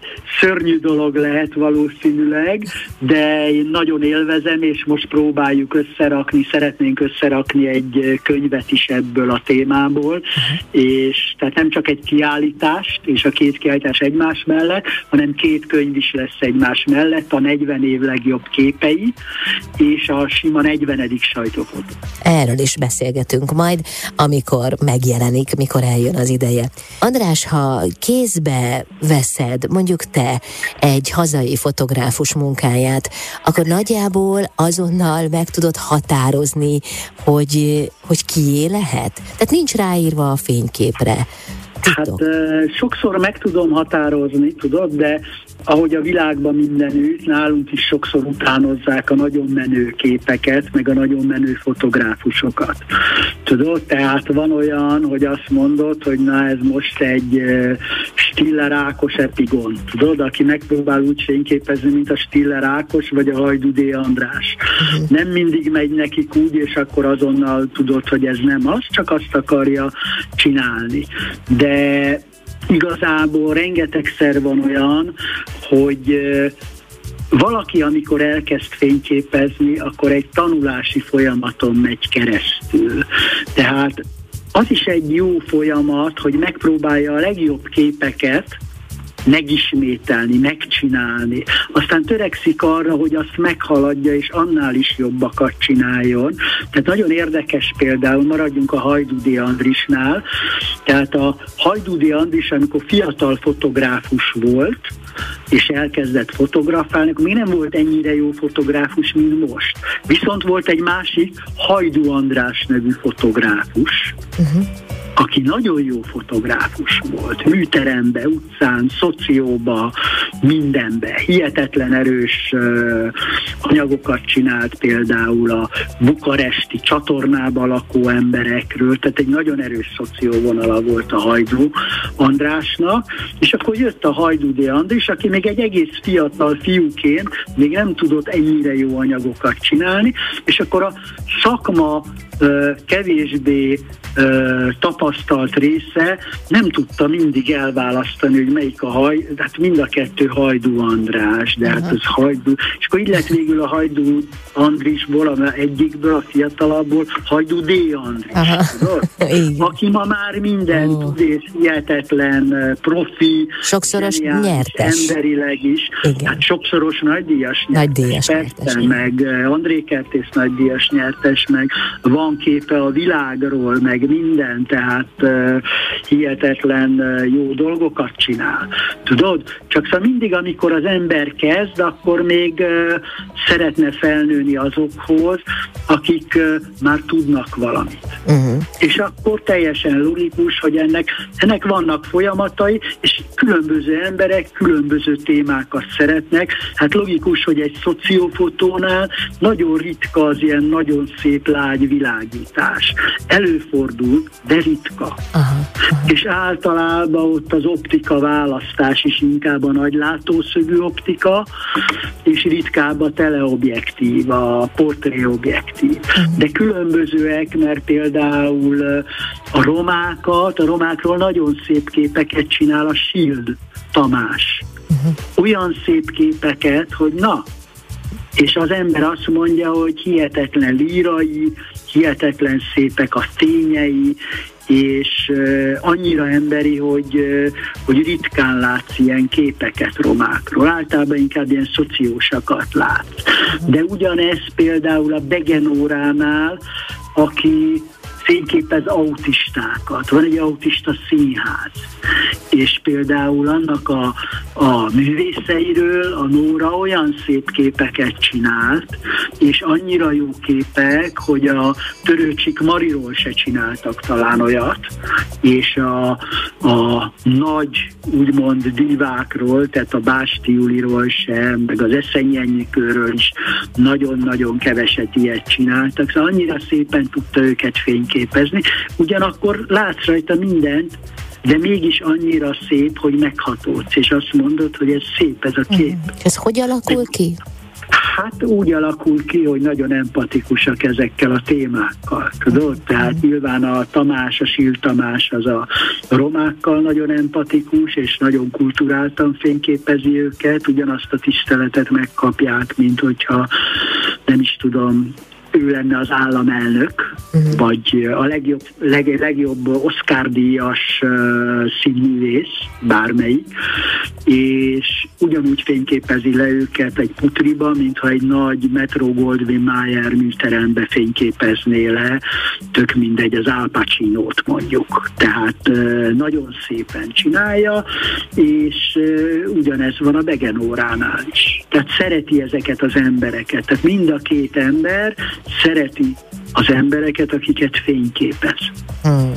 szörnyű dolog lehet valószínűleg, de én nagyon élvezem, és most próbáljuk összerakni, szeretnénk összerakni egy könyvet is ebből a témából, és tehát nem csak egy kiállítást, és a két kiállítás egymás mellett, hanem két könyv is lesz egymás mellett, a negyven év legjobb képei, és a sima negyvenedik sajtófotó. Erről is beszélgetünk majd, amikor megjelenik, mikor eljön az ideje. András, ha kézbe veszed, mondjuk te, egy hazai fotográfus munkáját, akkor nagyjából azonnal meg tudod határozni, hogy, hogy kié lehet? Tehát nincs ráírva a fényképre. Hát uh, sokszor meg tudom határozni, tudod, de ahogy a világban mindenütt, nálunk is sokszor utánozzák a nagyon menő képeket, meg a nagyon menő fotográfusokat. Tudod, tehát van olyan, hogy azt mondod, hogy na ez most egy uh, Stiller Ákos epigon, tudod, aki megpróbál úgy fényképezni, mint a Stiller Ákos, vagy a Hajdú D. András. Uh-huh. Nem mindig megy nekik úgy, és akkor azonnal tudod, hogy ez nem az, csak azt akarja csinálni. De igazából rengetegszer van olyan, hogy valaki, amikor elkezd fényképezni, akkor egy tanulási folyamaton megy keresztül. Tehát az is egy jó folyamat, hogy megpróbálja a legjobb képeket megismételni, megcsinálni. Aztán törekszik arra, hogy azt meghaladja, és annál is jobbakat csináljon. Tehát nagyon érdekes például, maradjunk a Hajdú D. Andrisnál. Tehát a Hajdú D. Andris, amikor fiatal fotográfus volt, és elkezdett fotografálni, akkor még nem volt ennyire jó fotográfus, mint most. Viszont volt egy másik, Hajdú András nevű fotográfus, uh-huh. aki nagyon jó fotográfus volt, műterembe, utcán, szocióba, mindenbe. Hihetetlen erős uh, anyagokat csinált például a bukaresti csatornába lakó emberekről, tehát egy nagyon erős szocióvonala volt a Hajdú Andrásnak, és akkor jött a Hajdú D. Andris, aki még egy egész fiatal fiúként még nem tudott ennyire jó anyagokat csinálni, és akkor a szakma uh, kevésbé uh, tapasztalt része nem tudta mindig elválasztani, hogy melyik a haj, hát mind a kettő Hajdú András, de hát az Hajdú, és akkor így lett végül a Hajdú Andrisból, a egyikből, a fiatalabbból Hajdú D. Andris, aki ma már mindent oh. tud, és hihetetlen profi, sokszoros nyertes. Emberileg is, igen. Hát sokszoros nagydíjas nyertes, nagydíjas persze, nyertes, meg André Kertész nagydíjas nyertes, meg van képe a világról, meg minden, tehát uh, hihetetlen uh, jó dolgokat csinál. Tudod? Csak szóval mindig, amikor az ember kezd, akkor még uh, szeretne felnőni azokhoz, akik uh, már tudnak valamit. Uh-huh. És akkor teljesen logikus, hogy ennek, ennek vannak folyamatai, és különböző emberek különböző témákat szeretnek. Hát logikus, hogy egy szociófotónál nagyon ritka az ilyen nagyon szép lágy világítás. Előfordul, de ritka. Aha, aha. És általában ott az optika választás is inkább a nagy látószögű optika, és ritkább a teleobjektív, a portréobjektív. Uh-huh. De különbözőek, mert például a romákat, a romákról nagyon szép képeket csinál a Schild Tamás. Uh-huh. Olyan szép képeket, hogy na, és az ember azt mondja, hogy hihetetlen lírai, hihetetlen szépek a tényei, és uh, annyira emberi, hogy, uh, hogy ritkán látsz ilyen képeket romákról. Általában inkább ilyen szociósakat látsz. De ugyanez például a Begenóránál, aki fényképez autistákat. Van egy autista színház. És például annak a, a művészeiről a Nóra olyan szép képeket csinált, és annyira jó képek, hogy a Törőcsik Mariról se csináltak talán olyat, és a, a nagy, úgymond divákról, tehát a Básti Juliról sem, meg az Eszenyi Enyikőről is nagyon-nagyon keveset ilyet csináltak, szóval annyira szépen tudta őket fényképezni. Ugyanakkor látsz rajta mindent, de mégis annyira szép, hogy meghatódsz, és azt mondod, hogy ez szép ez a kép. Ez hogy alakul ki? Hát úgy alakul ki, hogy nagyon empatikusak ezekkel a témákkal, tudod? Tehát nyilván a Tamás, a Sil Tamás az a romákkal nagyon empatikus, és nagyon kulturáltan fényképezi őket, ugyanazt a tiszteletet megkapják, mint hogyha nem is tudom, ő lenne az államelnök, uh-huh. vagy a legjobb, leg, legjobb Oscar-díjas uh, színművész, bármelyik, és ugyanúgy fényképezi le őket egy putriba, mintha egy nagy Metro Goldwyn Mayer műterembe fényképezné le, tök mindegy, az Al Pacinót mondjuk. Tehát uh, nagyon szépen csinálja, és uh, ugyanez van a Begenóránál is. Tehát szereti ezeket az embereket. Tehát mind a két ember szereti az embereket, akiket fényképez. Hmm.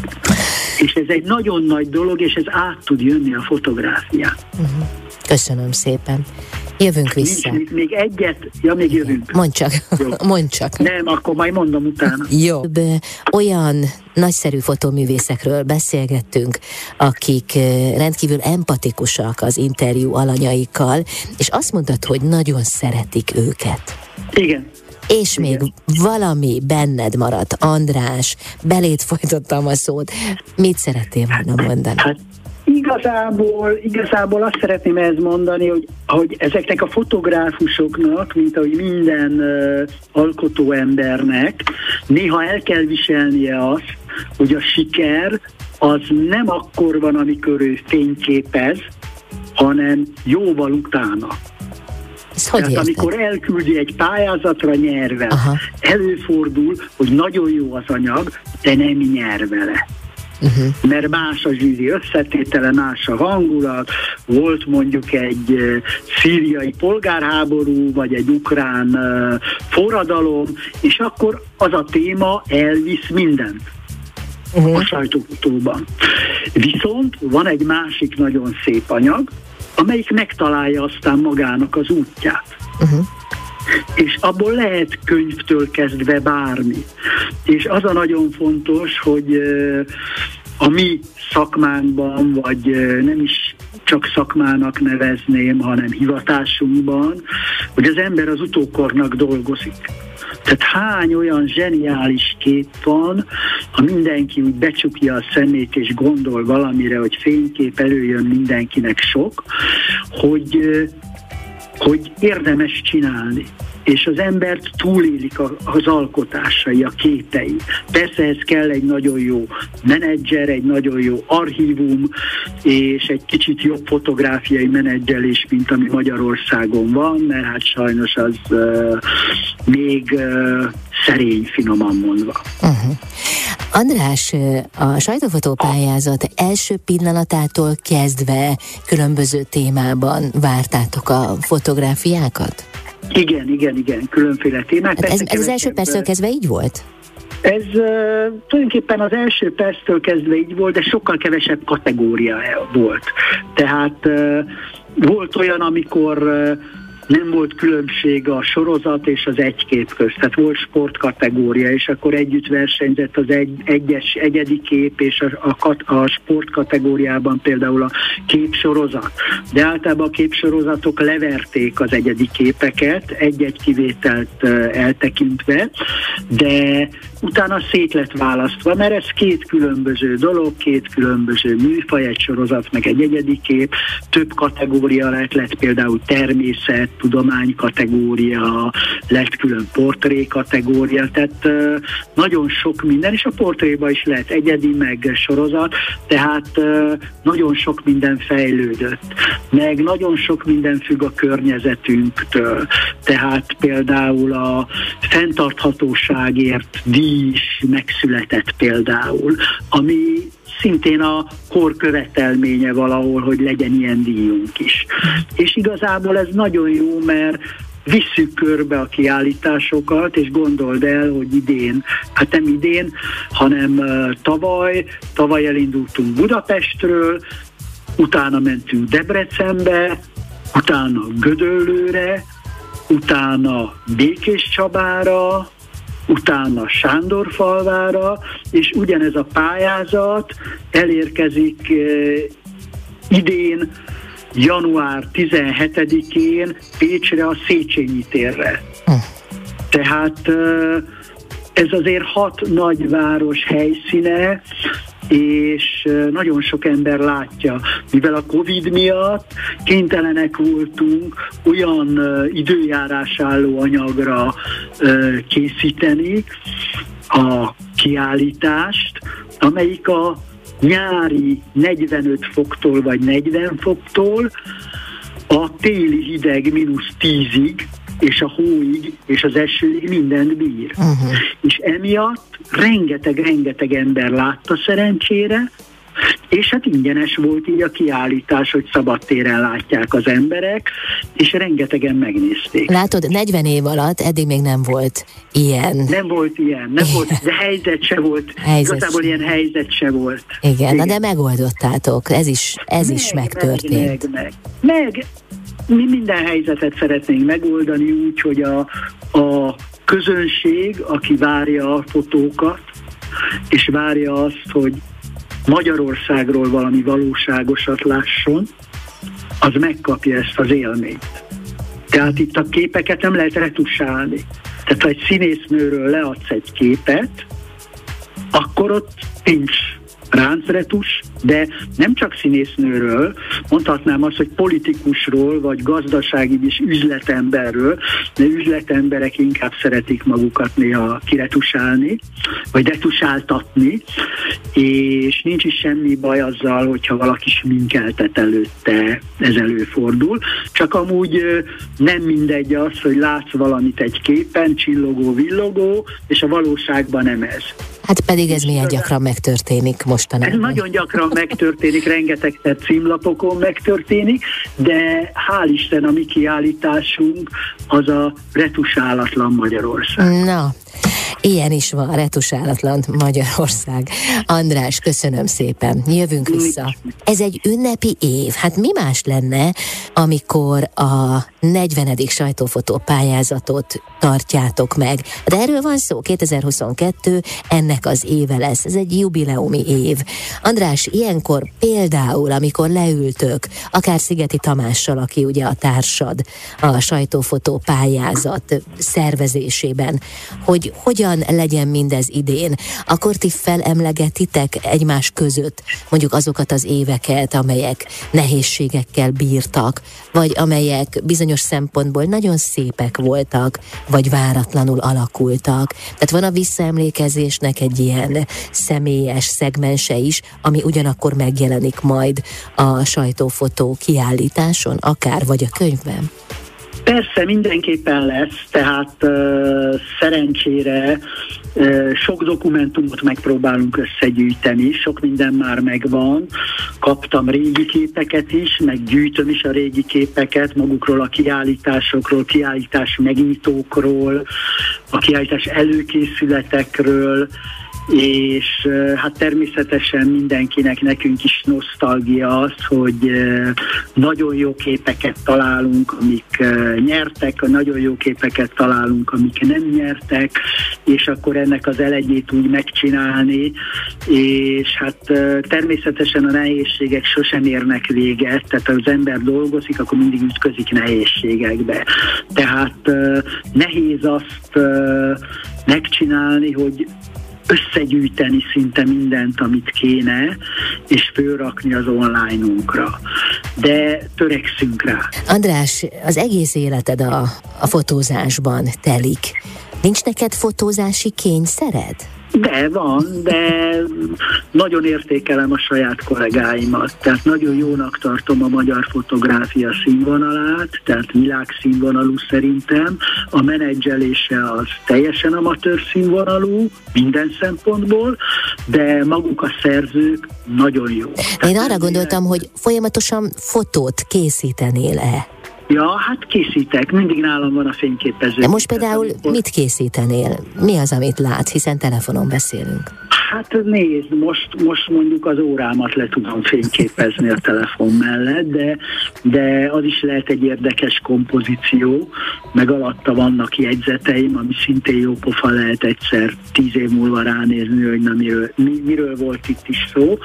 És ez egy nagyon nagy dolog, és ez át tud jönni a fotográfián. Uh-huh. Köszönöm szépen. Jövünk vissza. Nincs, még egyet, ja, még igen. Jövünk. Mondd csak, mondd csak. Nem, akkor majd mondom utána. Jó. Olyan nagyszerű fotóművészekről beszélgettünk, akik rendkívül empatikusak az interjú alanyaikkal, és azt mondtad, hogy nagyon szeretik őket. Igen. És még igen. valami benned maradt, András, beléd folytottam a szót. Mit szerettél volna mondani? Hát igazából, igazából azt szeretném ezt mondani, hogy, hogy ezeknek a fotográfusoknak, mint ahogy minden uh, alkotóembernek, néha el kell viselnie azt, hogy a siker az nem akkor van, amikor ő fényképez, hanem jóval utána. Tehát amikor elküldi egy pályázatra, nyer vele. Aha. Előfordul, hogy nagyon jó az anyag, de nem nyer vele. Uh-huh. Mert más a zsűri összetétele, más a hangulat, volt mondjuk egy uh, szíriai polgárháború, vagy egy ukrán uh, forradalom, és akkor az a téma elvisz mindent. Uh-huh. A sajtófutóban. Viszont van egy másik nagyon szép anyag, amelyik megtalálja aztán magának az útját. Uh-huh. És abból lehet könyvtől kezdve bármi. És az a nagyon fontos, hogy uh, a mi szakmánkban, vagy uh, nem is csak szakmának nevezném, hanem hivatásunkban, hogy az ember az utókornak dolgozik. Tehát hány olyan zseniális kép van, ha mindenki úgy becsukja a szemét és gondol valamire, hogy fénykép előjön mindenkinek sok, hogy, hogy érdemes csinálni. És az embert túlélik az alkotásai, a képei. Persze ez kell egy nagyon jó menedzser, egy nagyon jó archívum, és egy kicsit jobb fotográfiai menedzselés, mint ami Magyarországon van, mert hát sajnos az uh, még uh, szerény, finoman mondva. Uh-huh. András, a sajtófotópályázat első pillanatától kezdve különböző témában vártátok a fotográfiákat? Igen, igen, igen, különféle témák. Hát ez, ez az első perctől kezdve így volt? Ez uh, tulajdonképpen az első perctől kezdve így volt, de sokkal kevesebb kategória volt. Tehát uh, volt olyan, amikor uh, nem volt különbség a sorozat és az egy kép közt. Tehát volt sportkategória, és akkor együtt versenyzett az egy, egyes egyedi kép, és a, a, a sportkategóriában például a képsorozat. De általában a képsorozatok leverték az egyedi képeket, egy-egy kivételt uh, eltekintve, de utána szét lett választva, mert ez két különböző dolog, két különböző műfaj, egy sorozat, meg egy egyedi kép, több kategória lett, lett például természet, tudomány kategória, lett külön portré kategória, tehát uh, nagyon sok minden, és a portréban is lehet egyedi, meg sorozat, tehát uh, nagyon sok minden fejlődött, meg nagyon sok minden függ a környezetünktől, tehát például a fenntarthatóságért díj is megszületett például, ami szintén a kor követelménye valahol, hogy legyen ilyen díjunk is. És igazából ez nagyon jó, mert visszük körbe a kiállításokat, és gondold el, hogy idén, hát nem idén, hanem uh, tavaly, tavaly elindultunk Budapestről, utána mentünk Debrecenbe, utána Gödöllőre, utána Békéscsabára, utána Sándorfalvára, és ugyanez a pályázat elérkezik eh, idén január tizenhetedikén Pécsre a Széchenyi térre. Hm. Tehát ez azért hat nagyváros helyszíne, és nagyon sok ember látja. Mivel a Covid miatt kénytelenek voltunk olyan időjárás álló anyagra készíteni a kiállítást, amelyik a nyári negyvenöt foktól vagy negyven foktól a téli hideg mínusz tízig és a hóig és az esőig mindent bír. Uh-huh. És emiatt rengeteg-rengeteg ember látta szerencsére, és hát ingyenes volt így a kiállítás, hogy szabadtéren látják az emberek, és rengetegen megnézték. Látod, negyven év alatt eddig még nem volt ilyen. Nem volt ilyen, nem volt, de helyzet se volt. Helyzet Igazából se. Ilyen helyzet se volt. Igen, Igen. Na de megoldottátok, ez is, ez meg, is megtörtént. Meg, meg, meg. meg mi minden helyzetet szeretnénk megoldani úgy, hogy a, a közönség, aki várja a fotókat, és várja azt, hogy Magyarországról valami valóságosat lásson, az megkapja ezt az élményt. Tehát itt a képeket nem lehet retusálni. Tehát ha egy színésznőről leadsz egy képet, akkor ott nincs ráncretus, de nem csak színésznőről, mondhatnám azt, hogy politikusról, vagy gazdasági és üzletemberről, de üzletemberek inkább szeretik magukat néha kiretusálni, vagy retusáltatni, és nincs is semmi baj azzal, hogyha valaki sminkeltet előtte, ez előfordul. Csak amúgy nem mindegy az, hogy látsz valamit egy képen, csillogó, villogó, és a valóságban nem ez. Hát pedig ez milyen gyakran megtörténik mostanában. Ez nagyon gyakran megtörténik, rengetegszer címlapokon megtörténik, de hál' Isten a mi kiállításunk az a retusálatlan Magyarország. Na, ilyen is van, retusálatlan Magyarország. András, köszönöm szépen. Jövünk vissza. Ez egy ünnepi év. Hát mi más lenne, amikor a negyvenedik sajtófotó pályázatot tartjátok meg. De erről van szó, kétezer-huszonkettő ennek az éve lesz. Ez egy jubileumi év. András, ilyenkor például, amikor leültök, akár Szigeti Tamással, aki ugye a társad a sajtófotó pályázat szervezésében, hogy hogyan legyen mindez idén, akkor ti felemlegetitek egymás között mondjuk azokat az éveket, amelyek nehézségekkel bírtak, vagy amelyek bizonyos szempontból nagyon szépek voltak, vagy váratlanul alakultak. Tehát van a visszaemlékezésnek egy ilyen személyes szegmense is, ami ugyanakkor megjelenik majd a sajtófotó kiállításon, akár vagy a könyvben. Persze, mindenképpen lesz, tehát uh, szerencsére uh, sok dokumentumot megpróbálunk összegyűjteni, sok minden már megvan, kaptam régi képeket is, meg gyűjtöm is a régi képeket magukról a kiállításokról, kiállítás megnyitókról, a kiállítás előkészületekről, és hát természetesen mindenkinek, nekünk is nosztalgia az, hogy nagyon jó képeket találunk, amik nyertek, nagyon jó képeket találunk, amik nem nyertek, és akkor ennek az elegyét úgy megcsinálni, és hát természetesen a nehézségek sosem érnek véget, tehát ha az ember dolgozik, akkor mindig ütközik nehézségekbe. Tehát nehéz azt megcsinálni, hogy összegyűjteni szinte mindent, amit kéne, és fölrakni az online-unkra. De törekszünk rá. András, az egész életed a, a fotózásban telik. Nincs neked fotózási kényszered? De van, de nagyon értékelem a saját kollégáimat, tehát nagyon jónak tartom a magyar fotográfia színvonalát, tehát világszínvonalú szerintem, a menedzselése az teljesen amatőr színvonalú, minden szempontból, de maguk a szerzők nagyon jó. De én arra gondoltam, hogy folyamatosan fotót készítenél-e? Ja, hát készítek, mindig nálam van a fényképező. De most például mit készítenél? Mi az, amit látsz, hiszen telefonon beszélünk? Hát nézd, most, most mondjuk az órámat le tudom fényképezni a telefon mellett, de, de az is lehet egy érdekes kompozíció, meg alatta vannak jegyzeteim, ami szintén jó pofa lehet egyszer tíz év múlva ránézni, hogy na miről, mi, miről volt itt is szó,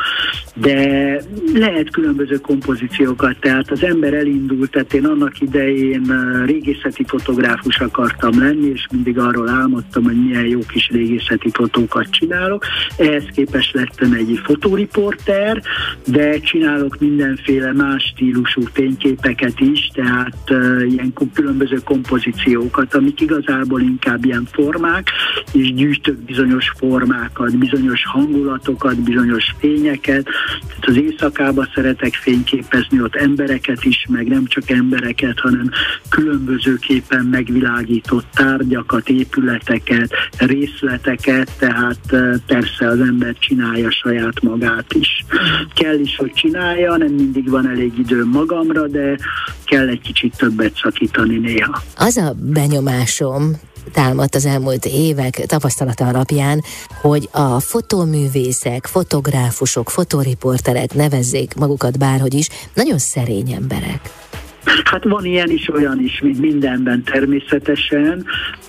de lehet különböző kompozíciókat, tehát az ember elindult, tehát én annak idején régészeti fotográfus akartam lenni, és mindig arról álmodtam, hogy milyen jó kis régészeti fotókat csinálok. Ehhez képest lettem egy fotóriporter, de csinálok mindenféle más stílusú fényképeket is, tehát uh, ilyen különböző kompozíciókat, amik igazából inkább ilyen formák, és gyűjtök bizonyos formákat, bizonyos hangulatokat, bizonyos fényeket. Tehát az éjszakában szeretek fényképezni, ott embereket is, meg nem csak embereket, hanem különbözőképpen megvilágított tárgyakat, épületeket, részleteket, tehát uh, persze az ember csinálja saját magát is. Kell is, hogy csinálja, nem mindig van elég időm magamra, de kell egy kicsit többet szakítani néha. Az a benyomásom támadt az elmúlt évek tapasztalata alapján, hogy a fotóművészek, fotográfusok, fotóriporterek, nevezzék magukat bárhogy is, nagyon szerény emberek. Hát van ilyen is, olyan is, mint mindenben természetesen.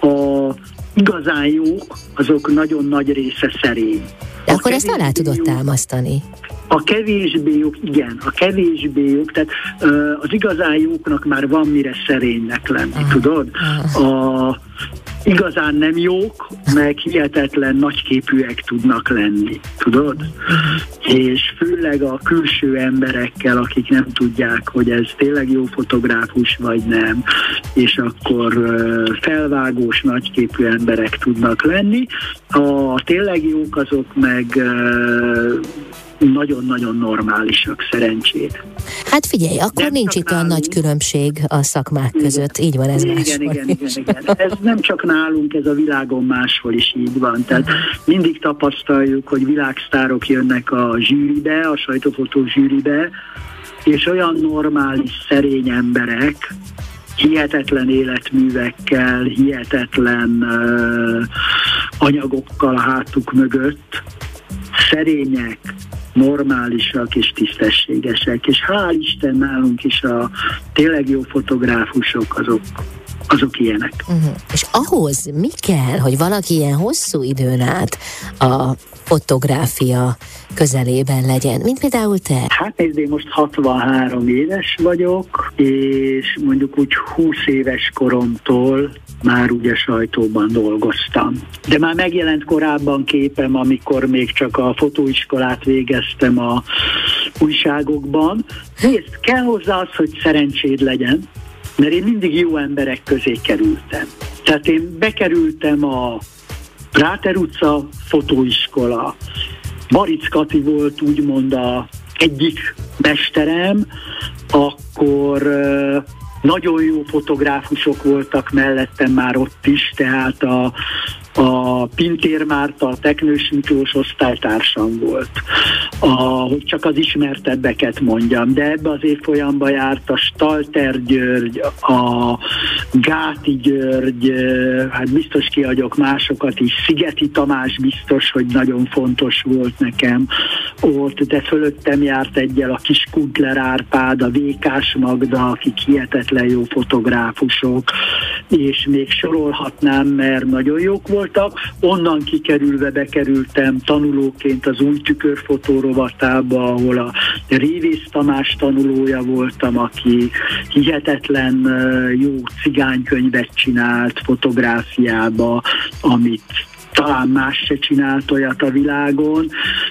A igazán jók, azok nagyon nagy része szerény. De akkor ezt alá tudod támasztani? A kevésbé jók, igen, a kevésbé jók, tehát uh, az igazán jóknak már van mire szerénynek lenni, aha, tudod? Aha. A igazán nem jók, meg hihetetlen nagyképűek tudnak lenni, tudod? Uh-huh. És főleg a külső emberekkel, akik nem tudják, hogy ez tényleg jó fotográfus vagy nem, és akkor uh, felvágós, nagyképű emberek tudnak lenni. A tényleg jók azok meg uh, nagyon-nagyon normálisak, szerencsét. Hát figyelj, akkor nem nincs itt olyan nagy különbség a szakmák igen. között, így van ez igen, máshol. Igen, igen, igen. Ez nem csak nálunk, ez a világon máshol is így van. Tehát mindig tapasztaljuk, hogy világsztárok jönnek a zsűribe, a sajtófotó zsűribe, és olyan normális, szerény emberek, hihetetlen életművekkel, hihetetlen uh, anyagokkal a hátuk mögött, szerények, normálisak és tisztességesek, és hál' Isten nálunk is a tényleg jó fotográfusok azok, azok ilyenek. Uh-huh. És ahhoz mi kell, hogy valaki ilyen hosszú időn át a fotográfia közelében legyen, mint például te? Hát nézd, én most hatvanhárom éves vagyok, és mondjuk úgy húsz éves koromtól már ugye sajtóban dolgoztam. De már megjelent korábban képem, amikor még csak a fotóiskolát végeztem a újságokban. Nézd, kell hozzá az, hogy szerencséd legyen, mert én mindig jó emberek közé kerültem. Tehát én bekerültem a Ráter utca fotóiskola. Baric Kati volt úgymond a egyik mesterem, akkor uh, nagyon jó fotográfusok voltak mellettem már ott is, tehát a, a Pintér Márta, a Teknős Miklós osztálytársam volt, a, hogy csak az ismertebbeket mondjam, de ebbe az évfolyamba járt a Stalter György, a Gáti György, hát biztos kiadjuk másokat is, Szigeti Tamás biztos, hogy nagyon fontos volt nekem ott, de fölöttem járt egyel a Kis Kuntler Árpád, a Vékás Magda, akik hihetetlen jó fotográfusok, és még sorolhatnám, mert nagyon jók voltak. Onnan kikerülve bekerültem tanulóként az Új Tükörfotó rovatába, ahol a Révész Tamás tanulója voltam, aki hihetetlen jó cigánykönyvet csinált fotográfiába, amit talán más se csinált olyat a világon,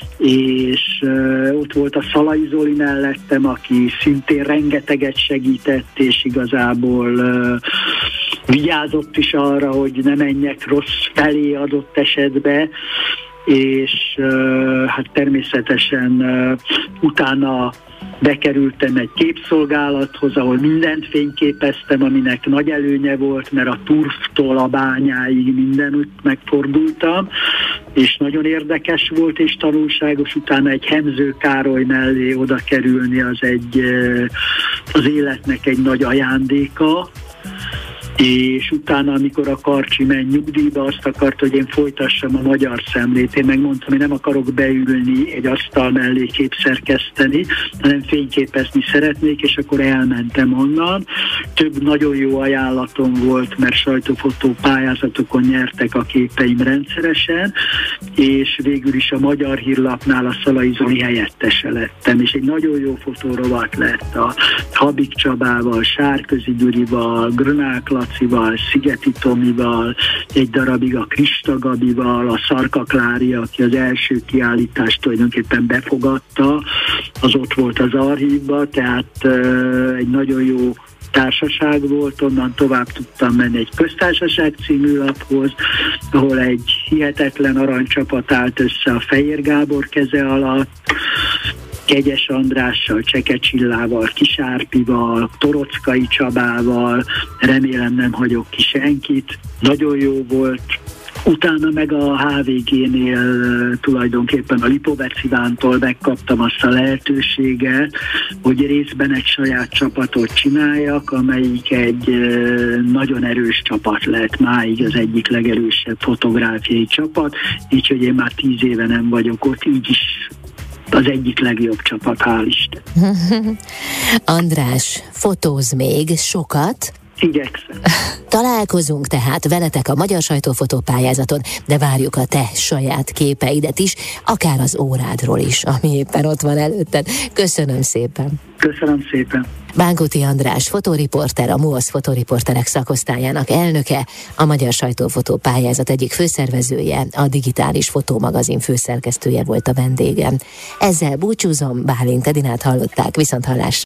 és uh, ott volt a Szalai Zoli mellettem, aki szintén rengeteget segített, és igazából uh, vigyázott is arra, hogy ne menjek rossz felé adott esetbe, és uh, hát természetesen uh, utána bekerültem egy képszolgálathoz, ahol mindent fényképeztem, aminek nagy előnye volt, mert a turftól a bányáig mindenütt megfordultam, és nagyon érdekes volt és tanulságos. Utána egy Hemző Károly mellé oda kerülni, az egy az életnek egy nagy ajándéka. és utána, amikor a Karcsi ment nyugdíjba, azt akart, hogy én folytassam a Magyar Szemlét. Én megmondtam, hogy nem akarok beülni egy asztal mellé képszerkeszteni, hanem fényképezni szeretnék, és akkor elmentem onnan. Több nagyon jó ajánlatom volt, mert sajtófotó pályázatokon nyertek a képeim rendszeresen, és végül is a Magyar Hírlapnál a Szalai Zoli helyettese lettem, és egy nagyon jó fotórovat lett a Habik Csabával, Sárközi Gyurival, Grönák Lacival, Szigeti Tomival, egy darabig a Krista Gabival, a Szarka Klária, aki az első kiállítást tulajdonképpen befogadta, az ott volt az archívban, tehát uh, egy nagyon jó társaság volt, onnan tovább tudtam menni egy Köztársaság című laphoz, ahol egy hihetetlen aranycsapat állt össze a Fejér Gábor keze alatt, Kegyes Andrással, Cseke Csillával, Kis Árpival, Torockai Csabával, remélem nem hagyok ki senkit. Nagyon jó volt. Utána meg a há vé génél tulajdonképpen a Lipovec Ivántól megkaptam azt a lehetőséget, hogy részben egy saját csapatot csináljak, amelyik egy nagyon erős csapat lett, máig az egyik legerősebb fotográfiai csapat, így hogy én már tíz éve nem vagyok ott, így is az egyik legjobb csapat, hál' Isten. András, fotóz még sokat? Igyekszem. Találkozunk tehát veletek a Magyar Sajtófotó pályázaton, de várjuk a te saját képeidet is, akár az órádról is, ami éppen ott van előtted. Köszönöm szépen. Köszönöm szépen. Bánkuti András, fotóriporter, a MUOSZ fotóriporterek szakosztályának elnöke, a Magyar Sajtófotó pályázat egyik főszervezője, a Digitális Fotómagazin főszerkesztője volt a vendégem. Ezzel búcsúzom, Bálint Edinát hallották, viszonthallásra.